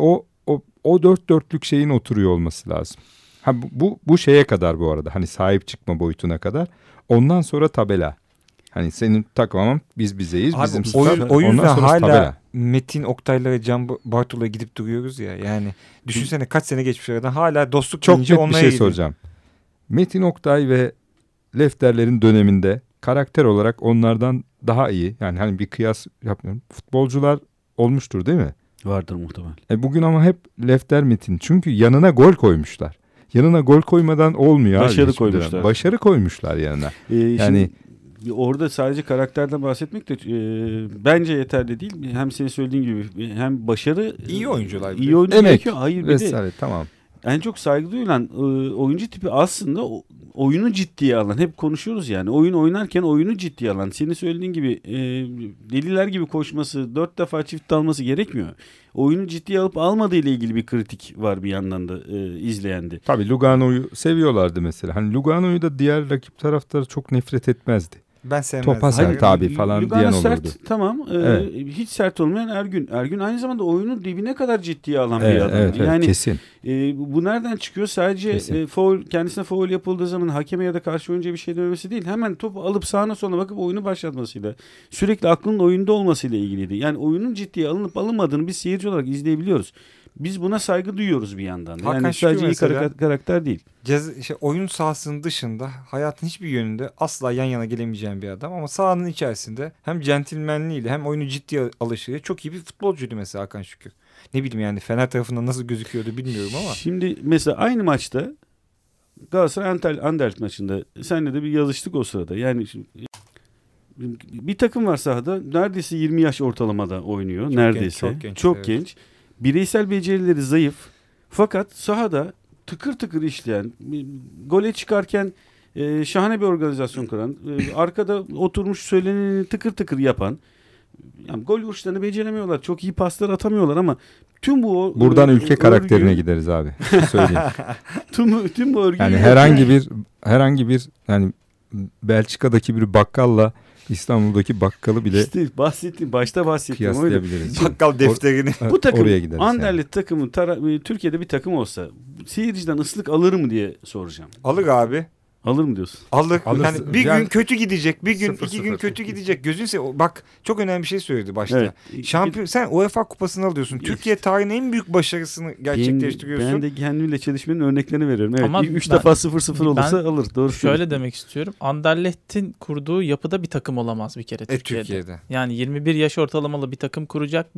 Speaker 4: o dört dörtlük şeyin oturuyor olması lazım. Ha, bu şeye kadar bu arada, hani sahip çıkma boyutuna kadar. Ondan sonra tabela. Hani senin takımın biz bizeyiz.
Speaker 3: Abi,
Speaker 4: bizim
Speaker 3: o
Speaker 4: star.
Speaker 3: yüzden
Speaker 4: Ondan sonra
Speaker 3: hala
Speaker 4: tabela.
Speaker 3: Metin Oktay'lara, Can Bartola'ya gidip duruyoruz ya. Yani düşünsene kaç sene geçmiş aradan, hala dostluk
Speaker 4: Çok
Speaker 3: deyince
Speaker 4: net bir
Speaker 3: onlara
Speaker 4: şey
Speaker 3: gidiyor.
Speaker 4: soracağım. Metin Oktay ve Lefterler'in döneminde karakter olarak onlardan daha iyi. Yani hani bir kıyas yapmıyorum. Futbolcular olmuştur değil mi?
Speaker 5: Vardır muhtemelen.
Speaker 4: Bugün ama hep Lefter Metin. Çünkü yanına gol koymuşlar. Yanına gol koymadan olmuyor.
Speaker 5: Başarı
Speaker 4: abi hiçbir dönem.
Speaker 5: koymuşlar.
Speaker 4: Başarı koymuşlar yanına. Yani-
Speaker 5: Yani orada sadece karakterden bahsetmek de bence yeterli değil. Hem senin söylediğin gibi hem başarı,
Speaker 3: İyi oyuncular bir de.
Speaker 5: iyi oyuncu
Speaker 4: Emek
Speaker 5: gerekiyor. Hayır, bir de
Speaker 4: vesaire, tamam.
Speaker 5: en çok saygı duyulan oyuncu tipi aslında oyunu ciddiye alan. Hep konuşuyoruz yani. Oyun oynarken oyunu ciddiye alan. Senin söylediğin gibi deliler gibi koşması, 4 defa çift dalması gerekmiyor. Oyunu ciddiye alıp almadığı ile ilgili bir kritik var bir yandan da izleyende.
Speaker 4: Tabii Lugano'yu seviyorlardı mesela. Hani Lugano'yu da diğer rakip taraftarı çok nefret etmezdi.
Speaker 3: Ben sevmezdim.
Speaker 4: Topa sen
Speaker 3: Hayır,
Speaker 4: tabi falan
Speaker 5: Lugano
Speaker 4: diyen
Speaker 5: sert,
Speaker 4: olurdu.
Speaker 5: tamam.
Speaker 4: Evet.
Speaker 5: Hiç sert olmayan Ergün. Ergün aynı zamanda oyunu dibine kadar ciddiye alan bir
Speaker 4: Evet,
Speaker 5: adam.
Speaker 4: evet,
Speaker 5: Yani
Speaker 4: kesin.
Speaker 5: bu nereden çıkıyor? Sadece
Speaker 4: Kesin.
Speaker 5: kendisine faul yapıldığı zaman hakeme ya da karşı oyuncuya bir şey dememesi değil. Hemen topu alıp sağına soluna bakıp oyunu başlatmasıyla, sürekli aklının oyunda olmasıyla ilgiliydi. Yani oyunun ciddiye alınıp alınmadığını biz seyirci olarak izleyebiliyoruz. Biz buna saygı duyuyoruz bir yandan.
Speaker 3: Hakan
Speaker 5: Yani
Speaker 3: Şükür
Speaker 5: sadece iyi
Speaker 3: mesela-
Speaker 5: karakter değil.
Speaker 3: oyun sahasının dışında hayatın hiçbir yönünde asla yan yana gelemeyeceğin bir adam, ama sahanın içerisinde hem centilmenliğiyle hem oyunu ciddiye alışıyla çok iyi bir futbolcuydu mesela Hakan Şükür. Ne bileyim yani Fener tarafından nasıl gözüküyordu bilmiyorum ama.
Speaker 5: Şimdi mesela aynı maçta Galatasaray Anderlecht maçında seninle de bir yazıştık o sırada. Yani şimdi, bir takım var sahada, neredeyse 20 yaş ortalamada oynuyor.
Speaker 3: Çok
Speaker 5: neredeyse.
Speaker 3: genç, çok genç,
Speaker 5: Çok
Speaker 3: evet.
Speaker 5: genç. Bireysel becerileri zayıf. Fakat sahada tıkır tıkır işleyen, gole çıkarken şahane bir organizasyon kuran, arkada oturmuş söyleneni tıkır tıkır yapan, yani gol vuruşlarını beceremiyorlar. Çok iyi paslar atamıyorlar ama tüm bu
Speaker 4: Buradan ülke karakterine
Speaker 5: örgü,
Speaker 4: gideriz abi. Söyleyeyim.
Speaker 5: tüm bu örgüyü
Speaker 4: Yani herhangi bir yani Belçika'daki bir bakkalla İstanbul'daki bakkalı bile
Speaker 5: İşte başta bahsettim. Oydu.
Speaker 4: kıyaslayabiliriz.
Speaker 3: Bakkal defterini.
Speaker 5: Bu takım
Speaker 4: Oraya gideriz
Speaker 5: Anderlecht takımı Türkiye'de bir takım olsa seyirciden ıslık alır mı diye soracağım.
Speaker 3: Alır abi.
Speaker 5: Alır mı diyorsun?
Speaker 3: Alır.
Speaker 4: Alırsın.
Speaker 3: Yani bir
Speaker 4: Yani-
Speaker 3: gün kötü gidecek, bir gün
Speaker 4: 0-0.
Speaker 3: iki gün kötü gidecek. Gözün bak çok önemli bir şey söyledi başta.
Speaker 5: Evet.
Speaker 3: Şampiyon, sen UEFA kupasını alıyorsun. Türkiye tarihinin en büyük başarısını gerçekleştiriyorsun.
Speaker 5: Ben de kendimle çelişmenin örneklerini veriyorum. Evet.
Speaker 6: Ama
Speaker 5: 3
Speaker 6: ben-
Speaker 5: defa 0-0 olursa
Speaker 6: ben
Speaker 5: alır. Doğru.
Speaker 6: Şöyle demek istiyorum. Anderlecht'in kurduğu yapıda bir takım olamaz bir kere Türkiye'de.
Speaker 3: Türkiye'de.
Speaker 6: Yani 21 yaş ortalamalı bir takım kuracak bir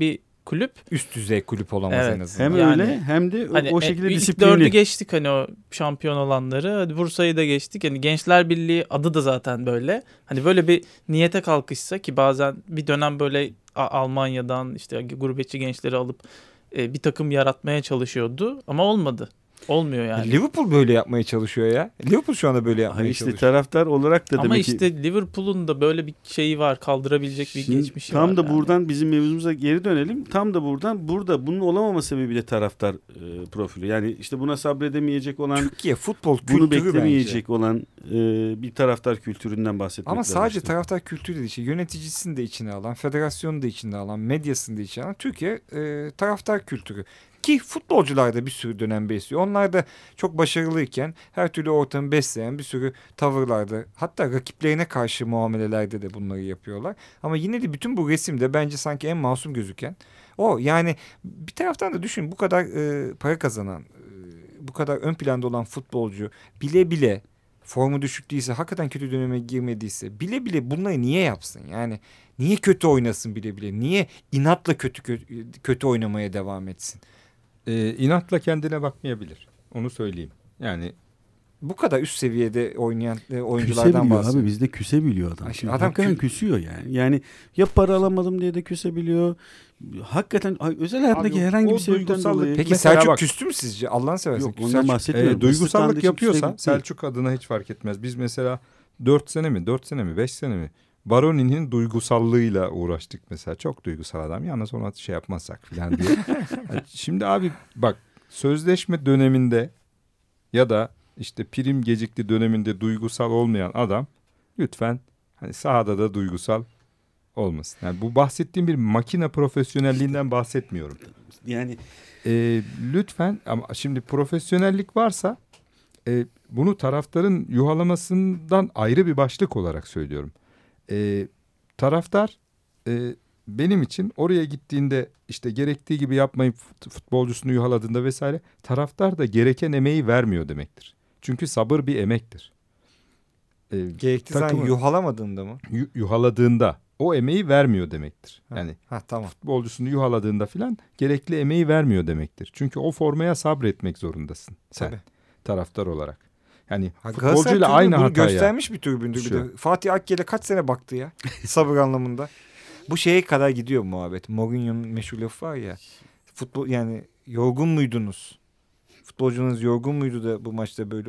Speaker 6: kulüp.
Speaker 3: Üst düzey kulüp olamaz
Speaker 6: Evet.
Speaker 3: en azından.
Speaker 5: Hem
Speaker 6: Yani-
Speaker 5: öyle hem de
Speaker 6: Hani
Speaker 5: o şekilde
Speaker 6: ilk
Speaker 5: disiplinli.
Speaker 6: 4'ü geçtik hani o şampiyon olanları. Hadi Bursa'yı da geçtik. Hani Gençler Birliği adı da zaten böyle. Hani böyle bir niyete kalkışsa ki bazen bir dönem böyle Almanya'dan işte gurbetçi gençleri alıp bir takım yaratmaya çalışıyordu ama olmadı. Olmuyor yani.
Speaker 3: Liverpool böyle yapmaya çalışıyor ya. Liverpool şu anda böyle yapmaya
Speaker 5: Hani işte
Speaker 3: çalışıyor.
Speaker 5: taraftar olarak da
Speaker 6: Ama
Speaker 5: demek ki
Speaker 6: işte Liverpool'un da böyle bir şeyi var. Kaldırabilecek bir
Speaker 5: Şimdi
Speaker 6: geçmişi
Speaker 5: tam
Speaker 6: var.
Speaker 5: da
Speaker 6: yani.
Speaker 5: buradan bizim mevzumuza geri dönelim. Tam da burada bunun olamama sebebiyle taraftar profili. Yani işte buna sabredemeyecek olan,
Speaker 3: Türkiye futbol kültürü
Speaker 5: bunu
Speaker 3: bence.
Speaker 5: beklemeyecek olan bir taraftar kültüründen bahsetmek
Speaker 3: Ama
Speaker 5: lazım
Speaker 3: sadece
Speaker 5: işte.
Speaker 3: taraftar kültürü değil, işte yöneticisini de içine alan, federasyonu da içine alan, medyasını da içine alan Türkiye taraftar kültürü. Ki futbolcular da bir sürü dönem besliyor. Onlar da çok başarılıyken her türlü ortamı besleyen bir sürü tavırlarda, hatta rakiplerine karşı muamelelerde de bunları yapıyorlar. Ama yine de bütün bu resimde bence sanki en masum gözüken o. Yani bir taraftan da düşün, bu kadar para kazanan, bu kadar ön planda olan futbolcu bile bile formu düşük değilse, hakikaten kötü döneme girmediyse bile bile bunları niye yapsın? Yani niye kötü oynasın bile bile? Niye inatla kötü oynamaya devam etsin?
Speaker 4: İnatla kendine bakmayabilir. Onu söyleyeyim. Yani
Speaker 3: Bu kadar üst seviyede oynayan oyunculardan
Speaker 5: Küsebiliyor
Speaker 3: bahsediyorum.
Speaker 5: abi, bizde küsebiliyor adam.
Speaker 3: Ay,
Speaker 5: Şimdi
Speaker 3: adam
Speaker 5: hakikaten küsüyor yani. Yani ya para alamadım diye de küsebiliyor. Hakikaten özel hayatındaki
Speaker 4: Abi,
Speaker 5: herhangi
Speaker 4: o
Speaker 5: bir sebepten
Speaker 4: duygusallık-
Speaker 5: dolayı.
Speaker 3: Peki
Speaker 4: Mesela
Speaker 3: Selçuk
Speaker 4: bak-
Speaker 3: küstü mü sizce? Allah'ını seversen.
Speaker 5: Yok, ondan
Speaker 3: Selçuk,
Speaker 5: bahsetmiyorum.
Speaker 4: duygusallık
Speaker 5: Islıklandığı için
Speaker 4: yapıyorsa
Speaker 5: küsebiliyor.
Speaker 4: Selçuk adına hiç fark etmez. Biz mesela 4 sene mi 5 sene mi Baroni'nin duygusallığıyla uğraştık mesela. Çok duygusal adam. Yalnız ona şey yapmazsak falan diye. Yani şimdi abi bak, sözleşme döneminde ya da işte prim gecikti döneminde duygusal olmayan adam lütfen hani sahada da duygusal olmasın. Yani bu bahsettiğim bir makine profesyonelliğinden bahsetmiyorum.
Speaker 5: Yani
Speaker 4: Lütfen, ama şimdi profesyonellik varsa bunu taraftarın yuhalamasından ayrı bir başlık olarak söylüyorum. Taraftar benim için oraya gittiğinde işte gerektiği gibi yapmayıp futbolcusunu yuhaladığında vesaire, taraftar da gereken emeği vermiyor demektir. Çünkü sabır bir emektir.
Speaker 3: gerektiği zaman
Speaker 4: takımı-
Speaker 3: yuhalamadığında mı?
Speaker 4: Yuhaladığında o emeği vermiyor demektir. Yani
Speaker 3: Ha tamam.
Speaker 4: futbolcusunu yuhaladığında filan gerekli emeği vermiyor demektir. Çünkü o formaya sabretmek zorundasın sen
Speaker 3: Tabii.
Speaker 4: taraftar olarak. Yani
Speaker 3: Galatasaray
Speaker 4: futbolcuyla
Speaker 3: tribünü
Speaker 4: aynı
Speaker 3: bunu
Speaker 4: hataya.
Speaker 3: göstermiş bir tribündür bir de.
Speaker 4: Şu.
Speaker 3: Fatih Akgül'e kaç sene baktı ya sabır anlamında. Bu şeye kadar gidiyor muhabbet. Mourinho'nun meşhur lafı var ya. Futbol, yani yorgun muydunuz? Futbolcunuz yorgun muydu da bu maçta böyle?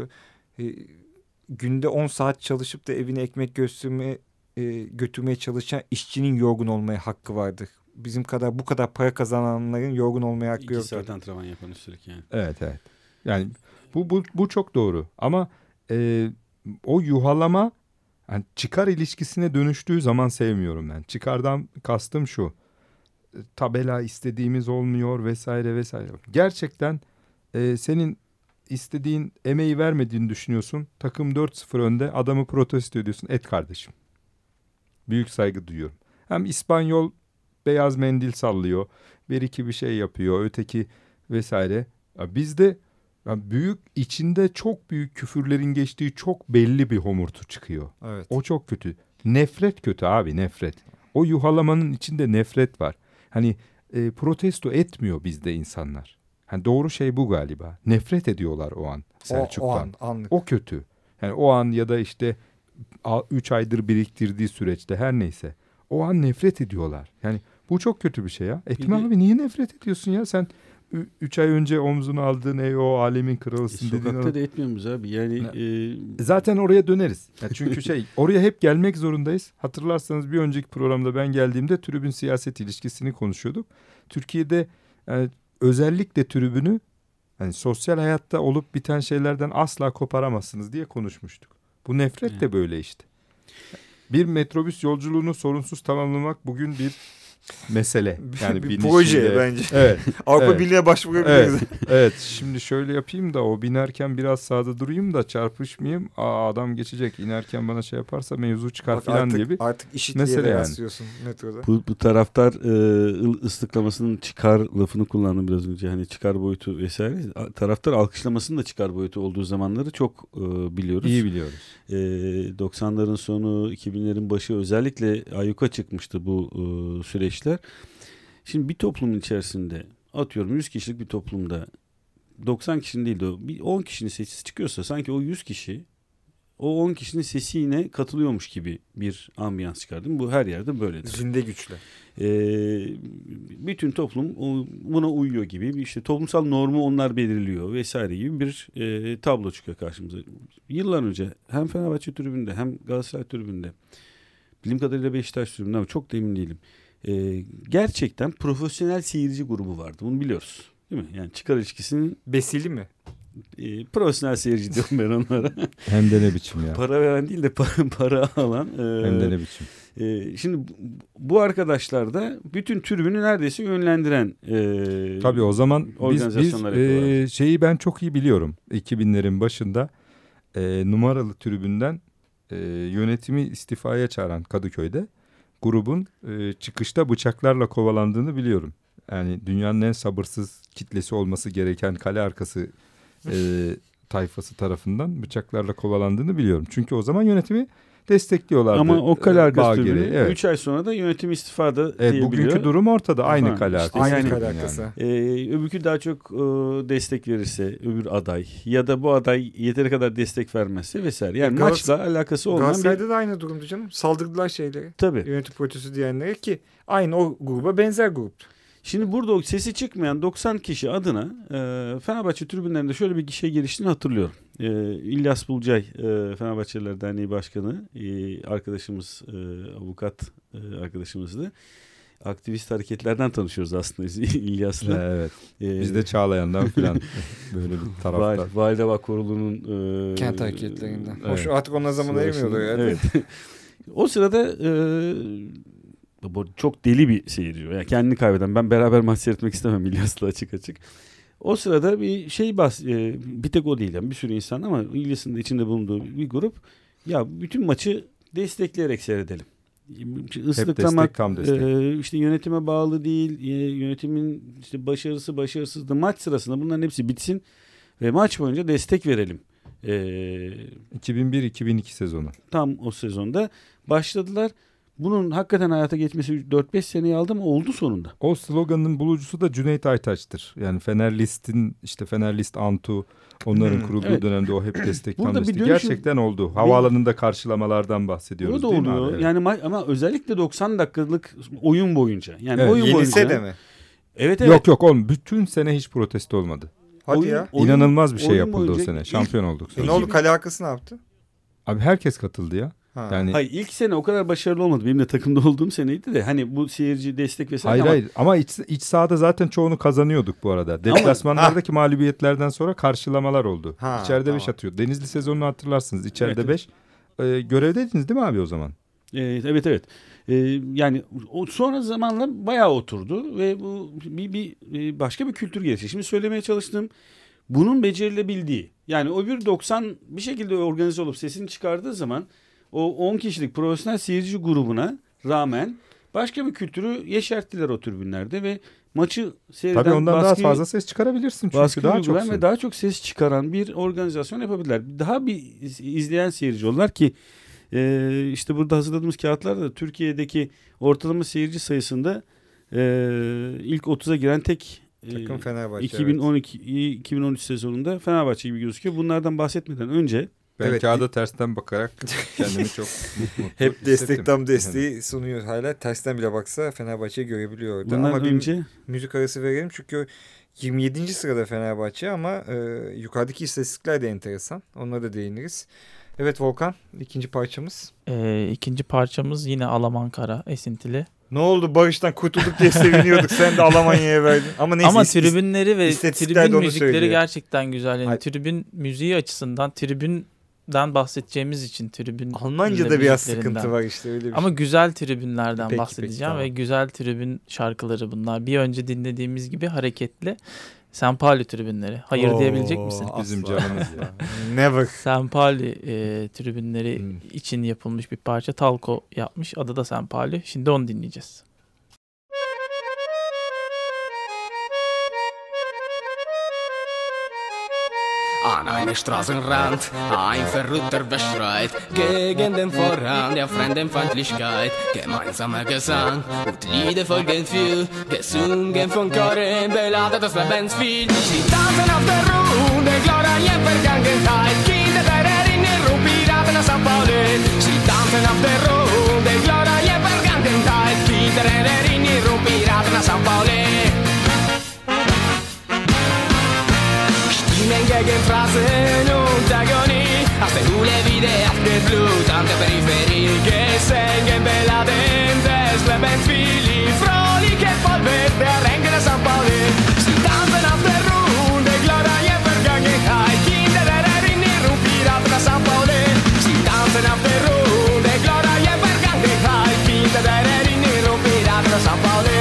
Speaker 3: Günde 10 saat çalışıp da evine ekmek götürmeye çalışan işçinin yorgun olmaya hakkı vardır. Bizim kadar bu kadar para kazananların yorgun olmaya hakkı
Speaker 5: 2
Speaker 3: yok.
Speaker 5: saat antrenman yapan üstelik yani.
Speaker 4: Evet. Yani bu çok doğru. Ama o yuhalama yani çıkar ilişkisine dönüştüğü zaman sevmiyorum ben. Çıkardan kastım şu. Tabela istediğimiz olmuyor vesaire vesaire. Gerçekten senin istediğin emeği vermediğini düşünüyorsun. Takım 4-0 önde, adamı protesto ediyorsun. Et kardeşim. Büyük saygı duyuyorum. Hem İspanyol beyaz mendil sallıyor. Bir iki bir şey yapıyor. Öteki vesaire. Ya bizde büyük, içinde çok büyük küfürlerin geçtiği çok belli bir homurtu çıkıyor.
Speaker 3: Evet.
Speaker 4: O çok kötü. Nefret kötü abi, nefret. O yuhalamanın içinde nefret var. Hani protesto etmiyor bizde insanlar. Hani doğru şey bu galiba. Nefret ediyorlar o an Selçuk'tan.
Speaker 3: O an anlık.
Speaker 4: O kötü. Yani o an ya da işte 3 aydır biriktirdiği süreçte her neyse. O an nefret ediyorlar. Yani bu çok kötü bir şey ya. Etme abi, niye nefret ediyorsun ya? Sen 3 ay önce omzuna aldığın ey o alemin kralısın dediğin
Speaker 5: Sokakta
Speaker 4: adam.
Speaker 5: da etmiyor muyuz abi? Yani
Speaker 4: Zaten oraya döneriz. Ya çünkü oraya hep gelmek zorundayız. Hatırlarsanız bir önceki programda ben geldiğimde tribün siyaset ilişkisini konuşuyorduk. Türkiye'de yani özellikle tribünü hani sosyal hayatta olup biten şeylerden asla koparamazsınız diye konuşmuştuk. Bu nefret de böyle işte. Bir metrobüs yolculuğunu sorunsuz tamamlamak bugün bir mesele. Yani
Speaker 3: bir
Speaker 4: bilinçli
Speaker 3: proje
Speaker 4: de-
Speaker 3: bence.
Speaker 4: Evet.
Speaker 3: Avrupa
Speaker 4: Evet.
Speaker 3: Birliği'ne başvurabiliriz.
Speaker 4: Evet, şimdi şöyle yapayım da o binerken biraz sağda durayım da çarpışmayayım. Adam geçecek, inerken bana şey yaparsa mevzu çıkar
Speaker 3: Bak
Speaker 4: falan diye bir
Speaker 3: artık işit
Speaker 4: mesele
Speaker 3: yere
Speaker 4: yani.
Speaker 3: yaslıyorsun metroda.
Speaker 5: bu taraftar ıslıklamasının çıkar lafını kullandım biraz önce. Hani çıkar boyutu vesaire. Taraftar alkışlamasının da çıkar boyutu olduğu zamanları çok biliyoruz.
Speaker 4: iyi biliyoruz.
Speaker 5: 90'ların sonu 2000'lerin başı özellikle ayyuka çıkmıştı bu süreçler. Şimdi bir toplumun içerisinde atıyorum 100 kişilik bir toplumda 90 kişinin değil de 10 kişinin sesi çıkıyorsa sanki o 100 kişi o 10 kişinin sesi yine katılıyormuş gibi bir ambiyans çıkardım. Bu her yerde böyledir.
Speaker 3: Zinde güçlü.
Speaker 5: Bütün toplum buna uyuyor gibi, işte toplumsal normu onlar belirliyor vesaire gibi bir tablo çıkıyor karşımıza. Yıllar önce hem Fenerbahçe tribünde hem Galatasaray tribünde, bildiğim kadarıyla Beşiktaş tribünde ama çok da emin değilim. Gerçekten profesyonel seyirci grubu vardı. Bunu biliyoruz. Değil mi? Yani çıkar ilişkisinin
Speaker 3: Besili mi?
Speaker 5: profesyonel seyirci diyorum ben onlara.
Speaker 4: Hem de ne biçim ya.
Speaker 5: Para veren değil de para alan.
Speaker 4: Hem de ne biçim.
Speaker 5: Şimdi bu arkadaşlar da bütün tribünü neredeyse yönlendiren
Speaker 4: Tabii o zaman biz
Speaker 5: organizasyonlar yapıyorlar.
Speaker 4: şeyi ben çok iyi biliyorum. 2000'lerin başında numaralı tribünden yönetimi istifaya çağıran Kadıköy'de grubun çıkışta bıçaklarla kovalandığını biliyorum. Yani dünyanın en sabırsız kitlesi olması gereken kale arkası tayfası tarafından bıçaklarla kovalandığını biliyorum. Çünkü o zaman yönetimi destekliyorlardı.
Speaker 5: Ama o kale arkası tribünü
Speaker 4: evet.
Speaker 5: 3 ay sonra da yönetim istifada
Speaker 4: Evet,
Speaker 5: diyebiliyor.
Speaker 4: bugünkü durum ortada. Aynı
Speaker 5: Aha,
Speaker 4: kale
Speaker 5: işte
Speaker 4: arkası.
Speaker 3: Aynı
Speaker 5: yani-
Speaker 3: kale arkası.
Speaker 5: Öbürkü daha çok destek verirse öbür aday ya da bu aday yeteri kadar destek vermezse vesaire. Yani maçla alakası olmayan bir...
Speaker 3: Galatasaray'da da aynı durumdu canım. Saldırdılar şeyleri.
Speaker 5: Tabii.
Speaker 3: Yönetim protesto diyenlere ki aynı o gruba benzer gruptu.
Speaker 5: Şimdi burada o sesi çıkmayan 90 kişi adına Fenerbahçe tribünlerinde şöyle bir gişe geliştiğini hatırlıyorum. İlyas Bulcay, Fenerbahçeliler Derneği Başkanı, arkadaşımız, avukat arkadaşımızdı. Aktivist hareketlerden tanışıyoruz aslında İlyas'la.
Speaker 4: Evet. Biz de Çağlayan'dan falan böyle bir taraftar.
Speaker 5: Validebağ Korulu'nun
Speaker 3: Kent hareketlerinden.
Speaker 4: Evet.
Speaker 3: Hoş artık ona zaman ayırmıyordu yani.
Speaker 5: Evet. O sırada bu çok deli bir seyirci. Yani kendini kaybeden. Ben beraber maç seyretmek istemem İlyas'la açık açık. O sırada bir şey bir tek o değil yani bir sürü insan ama İlyas'ın da içinde bulunduğu bir grup ya bütün maçı destekleyerek seyredelim. Islıklamak,
Speaker 4: tam destek.
Speaker 5: işte yönetime bağlı değil, yönetimin işte başarısız da maç sırasında bunların hepsi bitsin ve maç boyunca destek verelim.
Speaker 4: 2001-2002 sezonu.
Speaker 5: Tam o sezonda başladılar. Bunun hakikaten hayata geçmesi 4-5 seneyi aldı ama oldu sonunda.
Speaker 4: O sloganın bulucusu da Cüneyt Aytaç'tır. Yani Fenerlist'in işte Fenerlist Antu onların kurulduğu
Speaker 5: evet.
Speaker 4: dönemde o hep destek
Speaker 5: Burada
Speaker 4: tam
Speaker 5: bir
Speaker 4: destek.
Speaker 5: dönüşüm-
Speaker 4: Gerçekten oldu. Havaalanında karşılamalardan bahsediyoruz
Speaker 5: Burada
Speaker 4: değil mi
Speaker 5: oluyor.
Speaker 4: abi? Evet.
Speaker 5: Yani ama özellikle 90 dakikalık oyun boyunca. Yani
Speaker 4: Evet,
Speaker 5: oyun
Speaker 3: Yenilse
Speaker 5: boyunca.
Speaker 3: de mi?
Speaker 5: Evet.
Speaker 4: Yok oğlum bütün sene hiç protesto olmadı.
Speaker 3: Hadi
Speaker 5: Oyun-
Speaker 3: ya.
Speaker 4: İnanılmaz bir şey
Speaker 5: oyun
Speaker 4: yapıldı o
Speaker 5: boyunca
Speaker 4: sene.
Speaker 5: ilk-
Speaker 4: Şampiyon olduk
Speaker 3: Ne
Speaker 4: sonra.
Speaker 3: oldu, kale arkası ne yaptı?
Speaker 4: Abi herkes katıldı ya.
Speaker 3: Ha.
Speaker 4: Yani
Speaker 5: Hayır ilk sene o kadar başarılı olmadı. Benim de takımda olduğum seneydi de hani bu seyirci destek vesaire
Speaker 4: hayır ama iç sahada zaten çoğunu kazanıyorduk bu arada. Deplasmanlardaki mağlubiyetlerden sonra karşılamalar oldu.
Speaker 3: Ha,
Speaker 4: İçeride 5
Speaker 3: tamam.
Speaker 4: atıyor. Denizli sezonunu hatırlarsınız. İçeride
Speaker 5: Evet,
Speaker 4: 5. Görevdeydiniz değil mi abi o zaman?
Speaker 5: Evet. Yani sonra zamanla bayağı oturdu ve bu başka bir kültür gelişti. Şimdi söylemeye çalıştığım bunun becerilebildiği. Yani o bir 90 bir şekilde organize olup sesini çıkardığı zaman o 10 kişilik profesyonel seyirci grubuna rağmen başka bir kültürü yeşerttiler o tribünlerde ve maçı seyreden
Speaker 4: Tabii ondan daha fazla ses çıkarabilirsin çünkü daha çok
Speaker 5: ve daha çok ses çıkaran bir organizasyon yapabilirler. Daha bir izleyen seyirci olurlar ki işte burada hazırladığımız kağıtlarda Türkiye'deki ortalama seyirci sayısında ilk 30'a giren tek
Speaker 3: Takım Fenerbahçe.
Speaker 5: 2012-2013 sezonunda Fenerbahçe gibi gözüküyor. Bunlardan bahsetmeden önce
Speaker 4: Ben
Speaker 3: Evet.
Speaker 4: kağıda tersten bakarak kendimi çok mutlu
Speaker 3: Hep
Speaker 4: hissettim.
Speaker 3: destek tam desteği sunuyor hala. Tersten bile baksa Fenerbahçe'yi görebiliyor orada.
Speaker 5: bundan
Speaker 3: Ama
Speaker 5: önce
Speaker 3: bir müzik arası verelim çünkü 27. sırada Fenerbahçe ama yukarıdaki istatistikler de enteresan. Onlara da değiniriz. Evet Volkan, ikinci parçamız.
Speaker 6: İkinci parçamız yine Alaman Kara esintili.
Speaker 3: Ne oldu, Barış'tan kurtulduk diye seviniyorduk. Sen de Almanya'ya verdin. Ama neyse.
Speaker 6: Ama tribünleri ve
Speaker 3: istatistikler de
Speaker 6: tribün
Speaker 3: onu
Speaker 6: müzikleri
Speaker 3: söylüyor.
Speaker 6: gerçekten güzel. Yani
Speaker 3: Hayır.
Speaker 6: tribün müziği açısından tribünden bahsedeceğimiz için tribün
Speaker 3: Almanca'da biraz
Speaker 6: müziklerinden.
Speaker 3: sıkıntı var işte öyle bir
Speaker 6: Ama güzel tribünlerden
Speaker 3: Peki,
Speaker 6: bahsedeceğim
Speaker 3: tamam.
Speaker 6: ve güzel tribün şarkıları bunlar. Bir önce dinlediğimiz gibi hareketli St. Pauli tribünleri. Hayır
Speaker 3: Oo,
Speaker 6: diyebilecek misin?
Speaker 4: Bizim
Speaker 3: asla.
Speaker 4: canımız ya.
Speaker 3: Never.
Speaker 6: St. Pauli tribünleri için yapılmış bir parça. Talco yapmış. Adı da St. Pauli. Şimdi onu dinleyeceğiz.
Speaker 7: An einem Straßenrand ein Verrückter beschreit gegen den Vorhang der Fremdenfeindlichkeit. Gemeinsamer Gesang und Lieder folgen viel, gesungen von Choren, beladen das Lebensspiel. Sie tanzen auf der Runde, glorreiche Vergangenheit, Kinder der Erinnerung, Piraten aus St. Pauli. Sie tanzen auf der Runde, glorreiche Vergangenheit, Kinder der Erinnerung, Piraten aus St. Pauli. Stimmen gegen Phrasen und Agonie, aus der Hule wieder auf der Blut an der Peripherie. Gesängen beladen des Lebens viel, fröhliche Vollwert der Ränge der St. Pauli. Sie tanzen auf der Runde, glorreiche Vergangenheit, Kinder der Erinnerung, Piraten aus St. Pauli. Sie tanzen auf der Runde, glorreiche Vergangenheit, Kinder der Erinnerung, Piraten aus St. Pauli.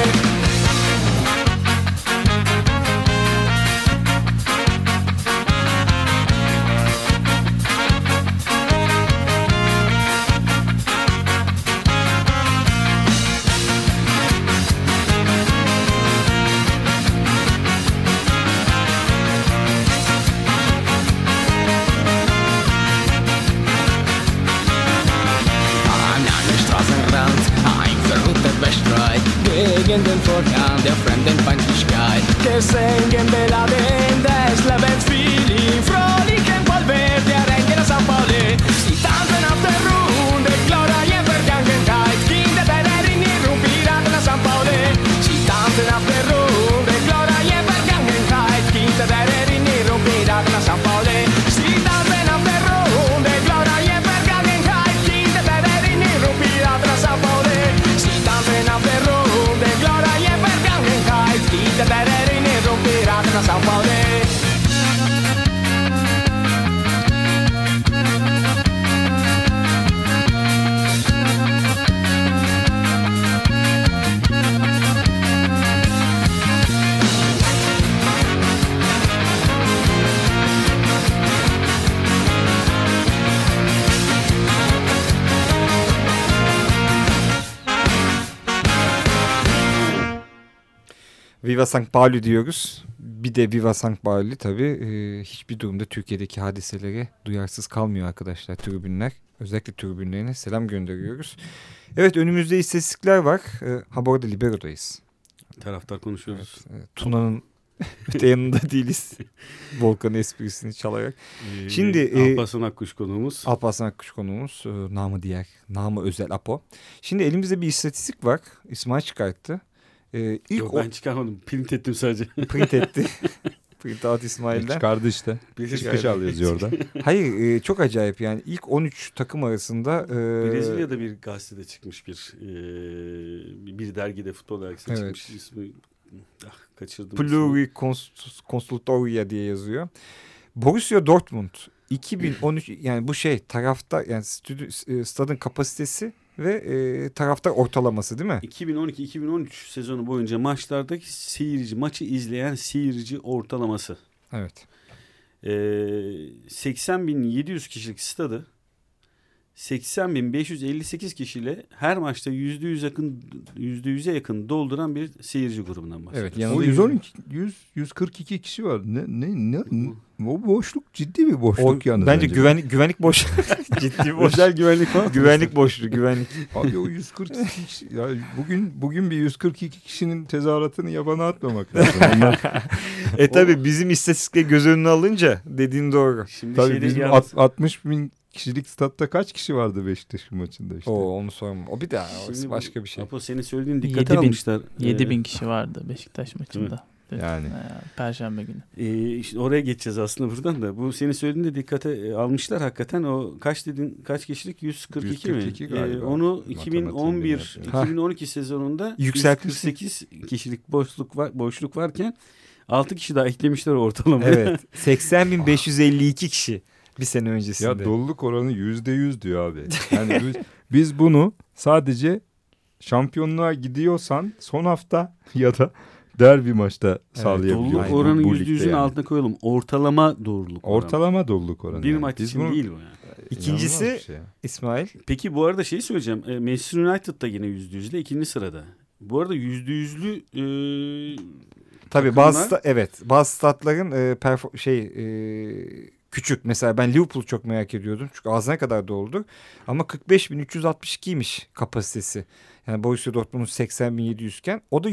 Speaker 7: Gegen den Vorhang der Fremdenfeindlichkeit. Gesängen beladen des Lebens viel, fröhlichen Vollwert der Ränge der St. Pauli. Sie tanzen auf der Runde, glorreiche Vergangenheit, Kinder der Erinnerung, Piraten aus St. Pauli. Sie tanzen auf der Runde, glorreiche Vergangenheit, Kinder der Erinnerung, Piraten aus St. Pauli. Sie tanzen auf der Runde, glorreiche Vergangenheit, Kinder der Erinnerung, Piraten aus St. Pauli. Sie tanzen auf der Runde, glorreiche Vergangenheit, Kinder der Erinnerung, Piraten aus St. Pauli.
Speaker 3: Viva St. Pauli diyoruz. Bir de Viva St. Pauli tabii hiçbir durumda Türkiye'deki hadiselere duyarsız kalmıyor arkadaşlar, tribünler. Özellikle tribünlerine selam gönderiyoruz. Evet, önümüzde istatistikler var. Ha bu arada Libero'dayız.
Speaker 5: Taraftar konuşuyoruz.
Speaker 3: Evet, Tuna'nın öte yanında değiliz. Volkan esprisini çalarak. Şimdi
Speaker 5: Alparslan Akkuş konuğumuz.
Speaker 3: Alparslan Akkuş konuğumuz. Namı diğer, namı özel Apo. Şimdi elimizde bir istatistik var. İsmail çıkarttı.
Speaker 5: Yok, ben çıkarmadım. Print ettim sadece.
Speaker 3: Print etti. Print out İsmail'den.
Speaker 4: Çıkardı işte. Çıkış al yazıyor orada.
Speaker 3: Hayır, çok acayip yani. İlk 13 takım arasında.
Speaker 5: Brezilya'da bir gazetede çıkmış bir dergide, futbol dergisinde
Speaker 3: evet,
Speaker 5: çıkmış. İsmi kaçırdım.
Speaker 3: Pluriconsultoria diye yazıyor. Borussia Dortmund 2013 yani bu taraftar yani stadın kapasitesi ve taraftar ortalaması değil mi?
Speaker 5: 2012-2013 sezonu boyunca maçlardaki maçı izleyen seyirci ortalaması.
Speaker 3: Evet.
Speaker 5: 80.700 kişilik stadı 80.558 kişiyle her maçta %100'e yakın dolduran bir seyirci grubundan bahsediyoruz.
Speaker 3: Evet,
Speaker 4: O 142 kişi var. Ne? O boşluk ciddi bir boşluk yalnız.
Speaker 3: Bence güvenlik boş. Ciddi boş.
Speaker 5: Özel güvenlik var.
Speaker 3: Güvenlik boşluğu, güvenlik.
Speaker 4: Abi o 142 kişi. Ya bugün bir 142 kişinin tezahüratını yabana atmamak lazım.
Speaker 3: Tabii bizim istatistikleri göz önüne alınca dediğin doğru.
Speaker 5: Şimdi
Speaker 4: tabii bizim 60 bin kişilik statta kaç kişi vardı Beşiktaş'ın maçında işte.
Speaker 3: Onu sorma. O bir daha başka bir şey.
Speaker 5: Apo, senin söylediğin dikkate almışlar.
Speaker 6: 7.000 kişi vardı Beşiktaş maçında.
Speaker 4: Yani.
Speaker 6: Perşembe günü.
Speaker 5: İşte oraya geçeceğiz aslında buradan da. Bu senin söylediğin de dikkate almışlar hakikaten. O kaç kişilik? 142 mi?
Speaker 4: Galiba.
Speaker 5: Onu 2011-2012 sezonunda
Speaker 3: yükseltmişsin.
Speaker 5: 148 kişilik boşluk varken 6 kişi daha eklemişler ortalamaya.
Speaker 3: Evet. 80.552 kişi bir sene öncesinde.
Speaker 4: Ya doluluk oranı %100 diyor abi. Yani biz bunu sadece şampiyonluğa gidiyorsan son hafta ya da derbi maçta sağlayabiliyoruz.
Speaker 5: Doluluk oranı %100'ün
Speaker 4: yani
Speaker 5: altına koyalım. Ortalama doluluk oranı.
Speaker 4: Ortalama doluluk oranı.
Speaker 5: Bir
Speaker 4: yani.
Speaker 5: maç için değil bu yani.
Speaker 3: İkincisi İsmail.
Speaker 5: Peki bu arada söyleyeceğim. Manchester United da yine %100'le ikinci sırada. Bu arada %100'lü
Speaker 3: Tabii
Speaker 5: takımlar.
Speaker 3: bazı statların küçük. Mesela ben Liverpool'u çok merak ediyordum. Çünkü ağzına kadar doldu. Ama 45.362'ymiş kapasitesi. Yani Borussia Dortmund'un 80.700 iken o da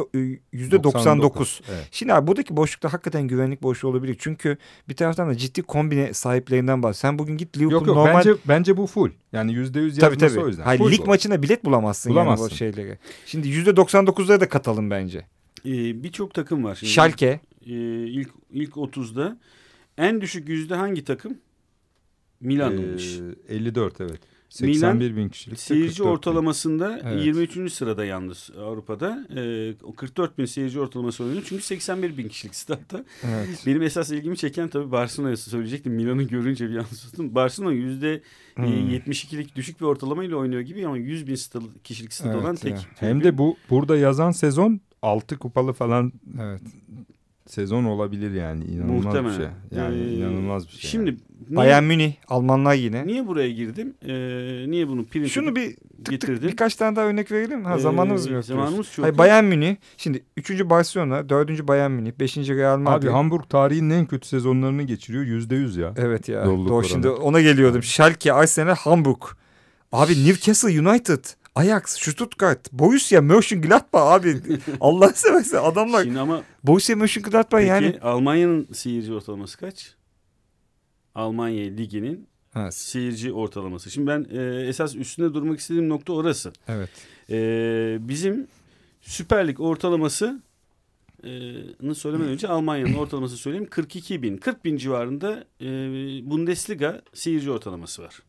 Speaker 3: %99.
Speaker 4: Evet.
Speaker 3: Şimdi abi buradaki boşlukta hakikaten güvenlik boşluğu olabilir. Çünkü bir taraftan da ciddi kombine sahiplerinden bahsediyor. Sen bugün git Liverpool
Speaker 4: Yok
Speaker 3: normal...
Speaker 4: bence bu full. Yani %100
Speaker 3: Tabii.
Speaker 4: yazması o yüzden.
Speaker 3: Hayır,
Speaker 4: Full
Speaker 3: lig
Speaker 4: bu.
Speaker 3: maçına bilet bulamazsın. Yani bu şeylere. Şimdi %99'lara da katalım bence.
Speaker 5: Birçok takım var. Şimdi,
Speaker 3: Schalke.
Speaker 5: ilk 30'da en düşük yüzde hangi takım? Milan'mış.
Speaker 4: 54 evet.
Speaker 5: Milan
Speaker 4: 81 bin kişilik.
Speaker 5: seyirci ortalamasında
Speaker 3: Evet.
Speaker 5: 23. sırada yalnız Avrupa'da. O 44 bin seyirci ortalaması oynuyor. Çünkü 81 bin kişilik statta.
Speaker 3: Evet.
Speaker 5: Benim esas ilgimi çeken tabii Barcelona'ya söyleyecektim. Milan'ı görünce bir yansıttım. Barcelona %72'lik düşük bir ortalamayla oynuyor gibi ama 100 bin kişilik stat
Speaker 3: Evet
Speaker 5: olan tek.
Speaker 3: ya.
Speaker 4: Hem de bu burada yazan sezon 6 kupalı falan
Speaker 3: Evet.
Speaker 4: sezon olabilir yani. İnanılmaz
Speaker 5: Muhtemelen.
Speaker 4: bir şey. Yani inanılmaz bir şey.
Speaker 5: Şimdi
Speaker 3: Bayern Münih, Almanlar yine.
Speaker 5: niye buraya girdim? Niye bunu print
Speaker 3: Şunu
Speaker 5: edip
Speaker 3: bir
Speaker 5: getirdim?
Speaker 3: birkaç tane daha örnek verelim. Zamanımız mı yok?
Speaker 5: Zamanımız çok.
Speaker 3: Hayır, Bayern Münih. Şimdi 3. Barcelona, 4. Bayern Münih, 5. Real Madrid.
Speaker 4: Abi Hamburg tarihinin en kötü sezonlarını geçiriyor. %100 ya.
Speaker 3: Evet ya.
Speaker 4: Doluluk
Speaker 3: Doğru,
Speaker 4: oranı.
Speaker 3: şimdi ona geliyordum. Schalke, Arsenal, Hamburg. Abi Newcastle United, Ajax, Stuttgart, Borussia Mönchengladbach abi. Allah'ını seversen adamlar.
Speaker 5: Şimdi ama
Speaker 3: Borussia Mönchengladbach
Speaker 5: peki
Speaker 3: yani.
Speaker 5: Almanya'nın seyirci ortalaması kaç? Almanya Ligi'nin
Speaker 3: Ha,
Speaker 5: seyirci ortalaması. Şimdi ben esas üstünde durmak istediğim nokta orası.
Speaker 3: evet.
Speaker 5: Bizim Süper Lig ortalaması söylemeden önce Almanya'nın ortalaması söyleyeyim. 42 bin. 40 bin civarında Bundesliga seyirci ortalaması var.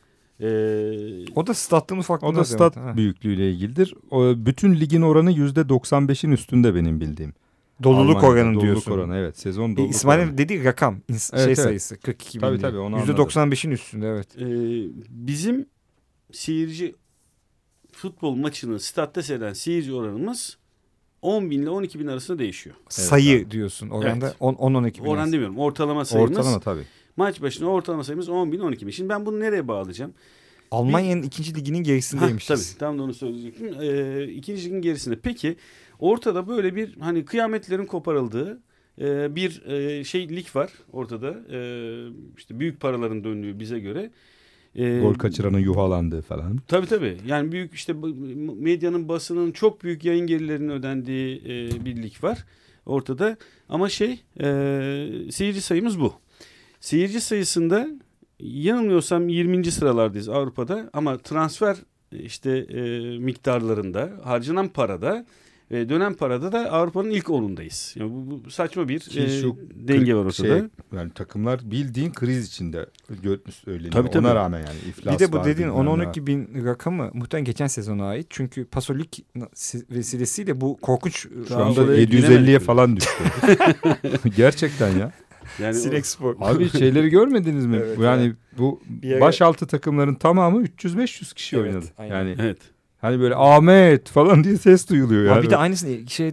Speaker 3: O da statın ufaklığına.
Speaker 4: O da stat büyüklüğüyle ilgilidir. Bütün ligin oranı %95'in üstünde benim bildiğim.
Speaker 3: Doluluk
Speaker 4: Almanya'da
Speaker 3: oranı diyorsun.
Speaker 4: Doluluk oranı evet. Sezon doluluk
Speaker 3: İsmail'in
Speaker 4: oranı.
Speaker 3: dediği rakam
Speaker 4: Evet.
Speaker 3: sayısı 42 bin.
Speaker 4: Tabii, onu anladım.
Speaker 3: %95'in üstünde, evet.
Speaker 5: Bizim seyirci futbol maçını statta seyreden seyirci oranımız 10 bin ile 12 bin arasında değişiyor.
Speaker 3: Sayı
Speaker 4: abi.
Speaker 3: diyorsun oranda.
Speaker 5: Evet.
Speaker 3: 10-12 bin.
Speaker 5: Oran demiyorum. Ortalama sayımız.
Speaker 4: Ortalama tabii.
Speaker 5: Maç başına ortalama sayımız 10 bin 12 bin. Şimdi ben bunu nereye bağlayacağım?
Speaker 3: Almanya'nın 2. liginin gerisindeymişiz.
Speaker 5: Tabii tam da onu söyleyecektim. 2. ligin gerisinde. Peki ortada böyle bir hani kıyametlerin koparıldığı bir lig var ortada. İşte büyük paraların döndüğü bize göre.
Speaker 4: Gol kaçıranın yuhalandığı falan.
Speaker 5: Tabii. Yani büyük işte medyanın, basının çok büyük yayın gelirlerinin ödendiği bir lig var ortada. Ama seyirci sayımız bu. Seyirci sayısında yanılmıyorsam 20. sıralardayız Avrupa'da ama transfer miktarlarında, harcanan parada ve dönen parada da Avrupa'nın ilk 10'undayız. Yani bu saçma bir denge var ortada.
Speaker 4: Yani takımlar bildiğin kriz içinde söyleniyor.
Speaker 5: Tabii.
Speaker 4: Ona rağmen yani iflas
Speaker 3: Bir de bu
Speaker 4: var,
Speaker 3: dediğin
Speaker 4: bilmem ne
Speaker 3: 10-12 bin rakamı muhtemelen geçen sezona ait. Çünkü Pasolik vesilesiyle bu korkunç
Speaker 4: Şu anda 750'ye falan düştü. Gerçekten ya.
Speaker 5: Yani
Speaker 3: Sinekspor.
Speaker 4: Abi şeyleri görmediniz mi?
Speaker 3: Evet,
Speaker 4: yani bu başaltı takımların tamamı 300-500 kişi
Speaker 3: Evet,
Speaker 4: oynadı.
Speaker 3: aynen.
Speaker 4: Yani
Speaker 5: evet.
Speaker 4: hani böyle Ahmet falan diye ses duyuluyor yani.
Speaker 3: Abi bir de aynısını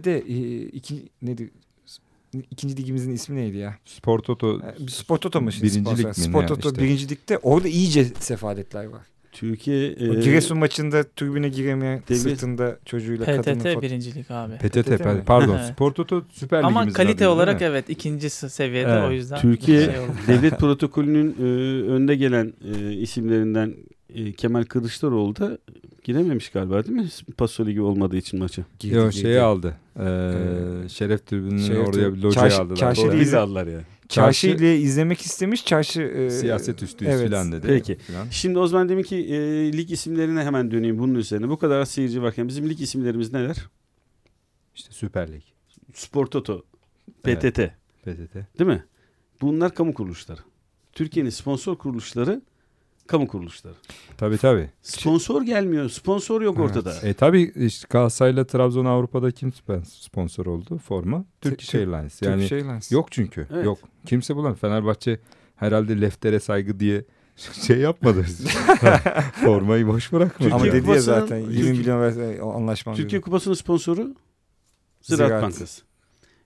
Speaker 3: ikinci ligimizin ismi neydi ya?
Speaker 4: Spor Toto
Speaker 3: Spor Toto mu şimdi?
Speaker 4: Birinci lig mi?
Speaker 3: Spor Toto
Speaker 4: işte.
Speaker 3: birincilikte orada iyice sefadetler var.
Speaker 5: Türkiye
Speaker 3: O Giresun maçında tribüne giremeyen
Speaker 5: Devlet-
Speaker 3: sırtında çocuğuyla kadının
Speaker 6: PTT birincilik abi.
Speaker 4: PTT
Speaker 3: mi?
Speaker 4: pardon.
Speaker 6: Evet.
Speaker 4: Spor Toto Süper
Speaker 6: Ama
Speaker 4: Ligimizin
Speaker 6: kalite
Speaker 4: adı değil
Speaker 6: olarak
Speaker 4: mi?
Speaker 6: evet ikinci seviyede
Speaker 4: Evet.
Speaker 6: o yüzden.
Speaker 5: Türkiye
Speaker 6: şey oldu.
Speaker 5: devlet protokolünün önde gelen isimlerinden Kemal Kılıçdaroğlu da girememiş galiba değil mi? Paso Ligi olmadığı için maça.
Speaker 4: Yok şeyi aldı. Şeref tribününün oraya bir lojayı aldılar.
Speaker 3: Çarşı
Speaker 4: Oraya-
Speaker 3: değil.
Speaker 5: aldılar ya.
Speaker 3: Çarşı ile izlemek istemiş. Çarşı
Speaker 4: siyaset üstüyüz
Speaker 3: evet.
Speaker 4: filan dedi.
Speaker 5: Peki.
Speaker 4: Filan.
Speaker 5: Şimdi o zaman demin ki lig isimlerine hemen döneyim bunun üzerine. Bu kadar az seyirci varken bizim lig isimlerimiz neler?
Speaker 4: İşte Süper Lig.
Speaker 5: Spor Toto, PTT
Speaker 4: PTT.
Speaker 5: değil mi? Bunlar kamu kuruluşları. Türkiye'nin sponsor kuruluşları kamu kuruluşları.
Speaker 4: Tabii.
Speaker 5: Sponsor gelmiyor. Sponsor yok ortada.
Speaker 4: Tabii işte Galatasaray'la Trabzon Avrupa'da kim sponsor oldu? Forma. Turkish Airlines. Yani
Speaker 3: Turkish Airlines.
Speaker 4: yok çünkü.
Speaker 5: Evet.
Speaker 4: Yok. Kimse bulamıyor. Fenerbahçe herhalde leftere saygı diye yapmadı. Formayı boş bırakmadı.
Speaker 3: Ama
Speaker 5: Türkiye
Speaker 3: dedi ya
Speaker 5: Kupası'nın-
Speaker 3: zaten 20 milyon verse o anlaşmam.
Speaker 5: Türkiye Kupası'nın sponsoru
Speaker 3: Ziraat.
Speaker 5: Ziraat Bankası.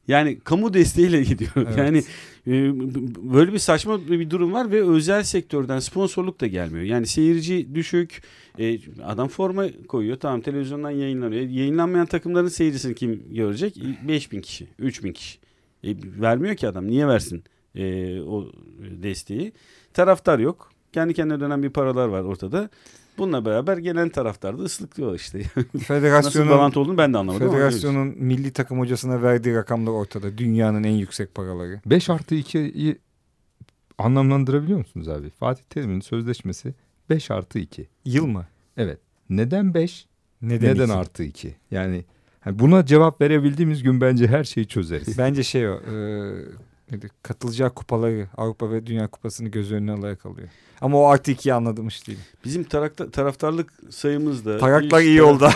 Speaker 5: Yani kamu desteğiyle gidiyor.
Speaker 3: Evet.
Speaker 5: Yani böyle bir saçma bir durum var ve özel sektörden sponsorluk da gelmiyor. Yani seyirci düşük. Adam forma koyuyor. Tamam, televizyondan yayınlanıyor. Yayınlanmayan takımların seyircisini kim görecek? 5.000 kişi, 3.000 kişi. Vermiyor ki adam. Niye versin o desteği? Taraftar yok. Kendi kendine dönen bir paralar var ortada. Bununla beraber gelen taraftar da ıslıklıyor işte. Nasıl bir bağlantı olduğunu ben de anlamadım.
Speaker 3: Federasyonun milli takım hocasına verdiği rakamlar ortada. Dünyanın en yüksek paraları.
Speaker 4: 5+2'yi anlamlandırabiliyor musunuz abi? Fatih Terim'in sözleşmesi 5+2.
Speaker 3: Yıl mı?
Speaker 4: Evet. Neden 5?
Speaker 3: Neden
Speaker 4: Neden
Speaker 3: iki?
Speaker 4: +2? Yani buna cevap verebildiğimiz gün bence her şeyi çözeriz.
Speaker 3: Bence o. Katılacağı kupaları, Avrupa ve Dünya Kupası'nı göz önüne alarak alıyor. Ama o +2'yi anlamış değil.
Speaker 5: Bizim taraftarlık sayımız da...
Speaker 3: Taraklar iyi oldu.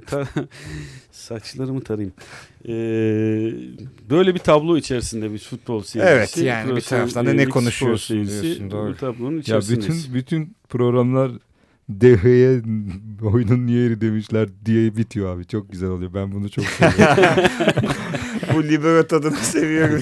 Speaker 5: Saçlarımı tarayayım. Böyle bir tablo içerisinde bir futbol seyircisi.
Speaker 3: Evet, yani bir taraftan da ne konuşuyorsun diyorsun, doğru.
Speaker 5: Bu tablonun
Speaker 4: Ya
Speaker 5: içerisindeyiz.
Speaker 4: bütün programlar Deve'ye oyunun yeri demişler diye bitiyor abi. Çok güzel oluyor. Ben bunu çok seviyorum.
Speaker 3: Bu libero tadını seviyorum.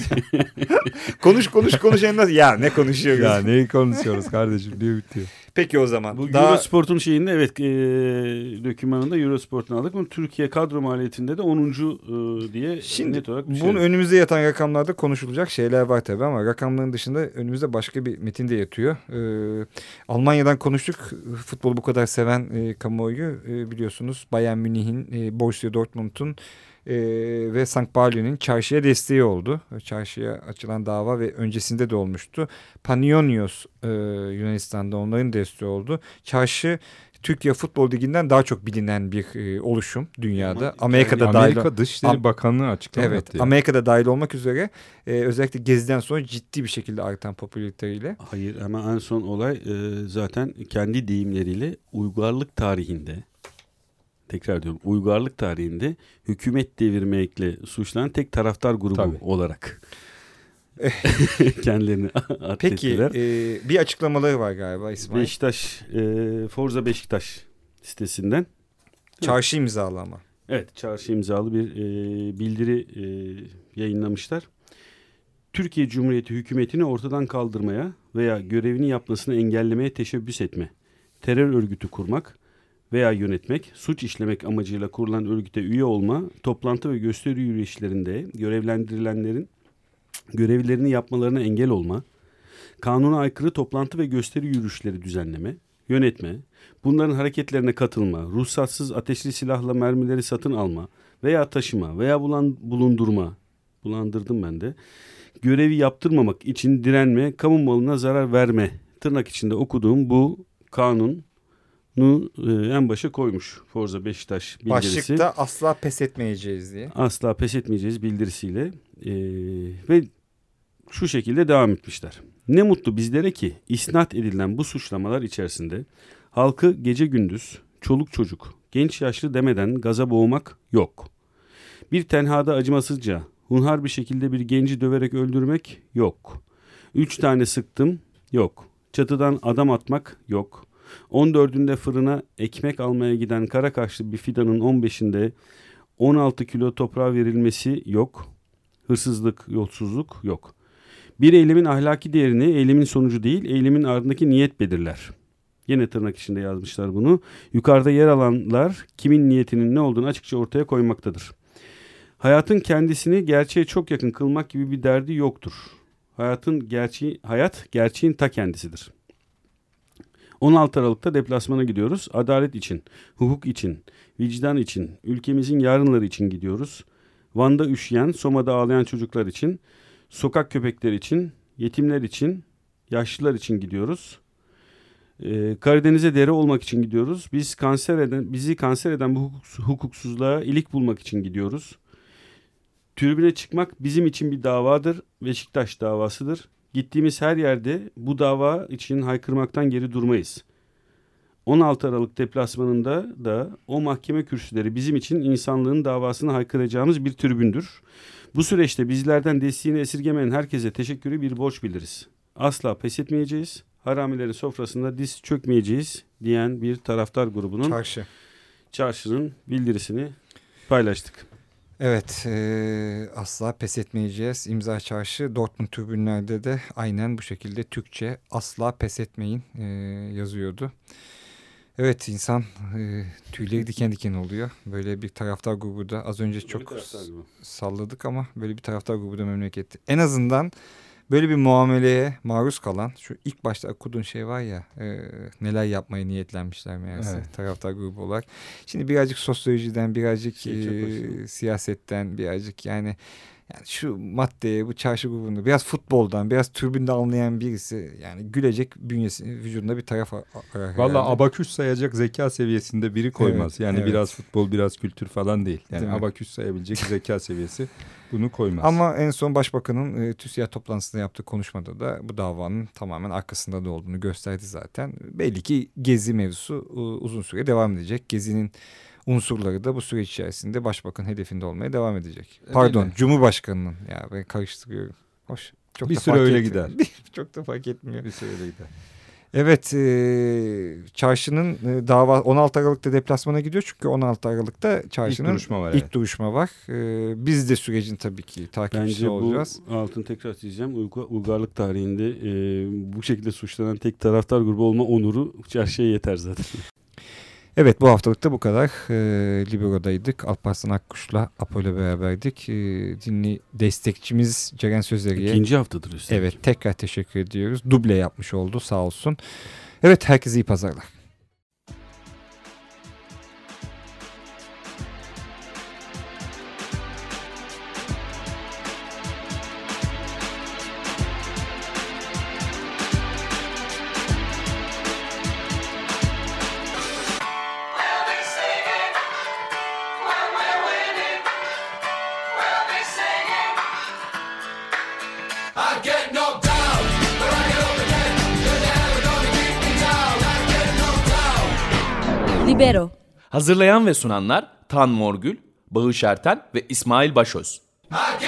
Speaker 3: konuş en az. Ya ne konuşuyoruz?
Speaker 4: Ya neyi konuşuyoruz kardeşim diye bitiyor.
Speaker 3: Peki o zaman.
Speaker 5: Bu
Speaker 3: Daha
Speaker 5: Eurosport'un şeyinde dokümanında Eurosport'un aldık. Bunu Türkiye kadro maliyetinde de 10. diye
Speaker 3: şimdi
Speaker 5: net olarak
Speaker 3: bunun
Speaker 5: düşünüyorum.
Speaker 3: önümüzde yatan rakamlarda konuşulacak şeyler var tabii ama rakamların dışında önümüzde başka bir metin de yatıyor. Almanya'dan konuştuk. Futbolu bu kadar seven kamuoyu biliyorsunuz. Bayern Münih'in, Borussia Dortmund'un ve St. Pauli'nin çarşıya desteği oldu. Çarşıya açılan dava ve öncesinde de olmuştu. Panionios Yunanistan'da onların desteği oldu. Çarşı Türkiye Futbol Ligi'nden daha çok bilinen bir oluşum dünyada. Amerika'da
Speaker 4: Amerika Dışişleri Bakanlığı açıklama
Speaker 3: evet,
Speaker 4: yaptı. Yani.
Speaker 3: Amerika'da dahil olmak üzere özellikle Gezi'den sonra ciddi bir şekilde artan popülariteyle.
Speaker 5: Hayır, ama en son olay zaten kendi deyimleriyle uygarlık tarihinde, tekrar diyorum, uygarlık tarihinde hükümet devirmekle suçlanan tek taraftar grubu
Speaker 4: Tabii.
Speaker 5: olarak kendilerini
Speaker 3: Peki
Speaker 5: atlettiler.
Speaker 3: bir açıklamaları var galiba İsmail.
Speaker 5: Beşiktaş, Forza Beşiktaş sitesinden.
Speaker 3: Çarşı imzalama.
Speaker 5: Evet, çarşı imzalı bir bildiri yayınlamışlar. Türkiye Cumhuriyeti hükümetini ortadan kaldırmaya veya görevini yapmasını engellemeye teşebbüs etme, terör örgütü kurmak veya yönetmek, suç işlemek amacıyla kurulan örgüte üye olma, toplantı ve gösteri yürüyüşlerinde görevlendirilenlerin görevlerini yapmalarına engel olma, kanuna aykırı toplantı ve gösteri yürüyüşleri düzenleme, yönetme, bunların hareketlerine katılma, ruhsatsız ateşli silahla mermileri satın alma veya taşıma veya bulundurma, bulandırdım ben de, görevi yaptırmamak için direnme, kamu malına zarar verme, tırnak içinde okuduğum bu kanunu en başa koymuş Forza Beşiktaş bildirisi.
Speaker 3: Başlıkta asla pes etmeyeceğiz diye.
Speaker 5: Asla pes etmeyeceğiz bildirisiyle ve şu şekilde devam etmişler. Ne mutlu bizlere ki isnat edilen bu suçlamalar içerisinde halkı gece gündüz, çoluk çocuk, genç yaşlı demeden gaza boğmak yok. Bir tenhada acımasızca, hunhar bir şekilde bir genci döverek öldürmek yok. 3 tane sıktım yok. Çatıdan adam atmak yok. 14'ünde fırına ekmek almaya giden kara kaşlı bir fidanın 15'inde 16 kilo toprağa verilmesi yok. Hırsızlık, yolsuzluk yok. Bir eylemin ahlaki değerini eylemin sonucu değil, eylemin ardındaki niyet belirler. Yine tırnak içinde yazmışlar bunu. Yukarıda yer alanlar kimin niyetinin ne olduğunu açıkça ortaya koymaktadır. Hayatın kendisini gerçeğe çok yakın kılmak gibi bir derdi yoktur. Hayat gerçeğin ta kendisidir. 16 Aralık'ta deplasmana gidiyoruz. Adalet için, hukuk için, vicdan için, ülkemizin yarınları için gidiyoruz. Van'da üşüyen, Soma'da ağlayan çocuklar için, sokak köpekleri için, yetimler için, yaşlılar için gidiyoruz. Karadeniz'e dere olmak için gidiyoruz. Bizi kanser eden bu hukuksuzluğa ilik bulmak için gidiyoruz. Tribüne çıkmak bizim için bir davadır. Beşiktaş davasıdır. Gittiğimiz her yerde bu dava için haykırmaktan geri durmayız. 16 Aralık deplasmanında da o mahkeme kürsüleri bizim için insanlığın davasını haykıracağımız bir tribündür. Bu süreçte bizlerden desteğini esirgemeyen herkese teşekkürü bir borç biliriz. Asla pes etmeyeceğiz. Haramilerin sofrasında diz çökmeyeceğiz diyen bir taraftar grubunun çarşının bildirisini paylaştık.
Speaker 3: Evet, asla pes etmeyeceğiz. İmza Çarşı Dortmund tribünlerde de aynen bu şekilde Türkçe asla pes etmeyin yazıyordu. Evet, insan tüyleri diken diken oluyor. Böyle bir taraftar grubu da az önce çok salladık ama böyle bir taraftar grubu da memlekette. En azından böyle bir muameleye maruz kalan, şu ilk başta okuduğun şey var ya, neler yapmaya niyetlenmişler meğerse, evet, taraftar grubu olarak. Şimdi birazcık sosyolojiden, birazcık siyasetten, birazcık yani şu maddeye, bu çarşı grubunda, biraz futboldan, biraz tribünde anlayan birisi yani gülecek bünyesi, vücudunda bir taraf arar.
Speaker 4: Valla abaküs sayacak zeka seviyesinde biri koymaz.
Speaker 3: Evet,
Speaker 4: yani
Speaker 3: evet.
Speaker 4: Biraz futbol, biraz kültür falan değil. Yani
Speaker 3: Değil mi?
Speaker 4: abaküs sayabilecek zeka seviyesi bunu koymaz.
Speaker 3: Ama en son başbakanın TÜSİAD toplantısında yaptığı konuşmada da bu davanın tamamen arkasında da olduğunu gösterdi zaten. Belli ki Gezi mevzusu uzun süre devam edecek. Gezi'nin unsurları da bu süreç içerisinde başbakan hedefinde olmaya devam edecek. Pardon, Cumhurbaşkanının, ya ben karıştırıyorum. Hoş. Çok
Speaker 4: bir
Speaker 3: da
Speaker 4: süre
Speaker 3: fark
Speaker 4: öyle
Speaker 3: etmiyor.
Speaker 4: gider.
Speaker 3: Çok da fark etmiyor.
Speaker 4: Bir süre öyle gider.
Speaker 3: Evet, çarşının dava 16 Aralık'ta deplasmana gidiyor. Çünkü 16 Aralık'ta çarşının ilk duruşma var. Biz de sürecin tabii ki takipçisi olacağız.
Speaker 5: Bence bu altını tekrar çizeceğim. Uygarlık tarihinde bu şekilde suçlanan tek taraftar grubu olma onuru çarşıya yeter zaten.
Speaker 3: Evet, bu haftalıkta bu kadar. Libero'daydık. Alparslan Akkuş'la Apo'yla beraberdik. Destekçimiz Ceren Sözeri'ye.
Speaker 5: 2. haftadır üstelik.
Speaker 3: Evet, tekrar teşekkür ediyoruz. Duble yapmış oldu, sağ olsun. Evet, herkese iyi pazarlar.
Speaker 8: Libero.
Speaker 2: Hazırlayan ve sunanlar Tan Morgül, Bağış Erten ve İsmail Başöz.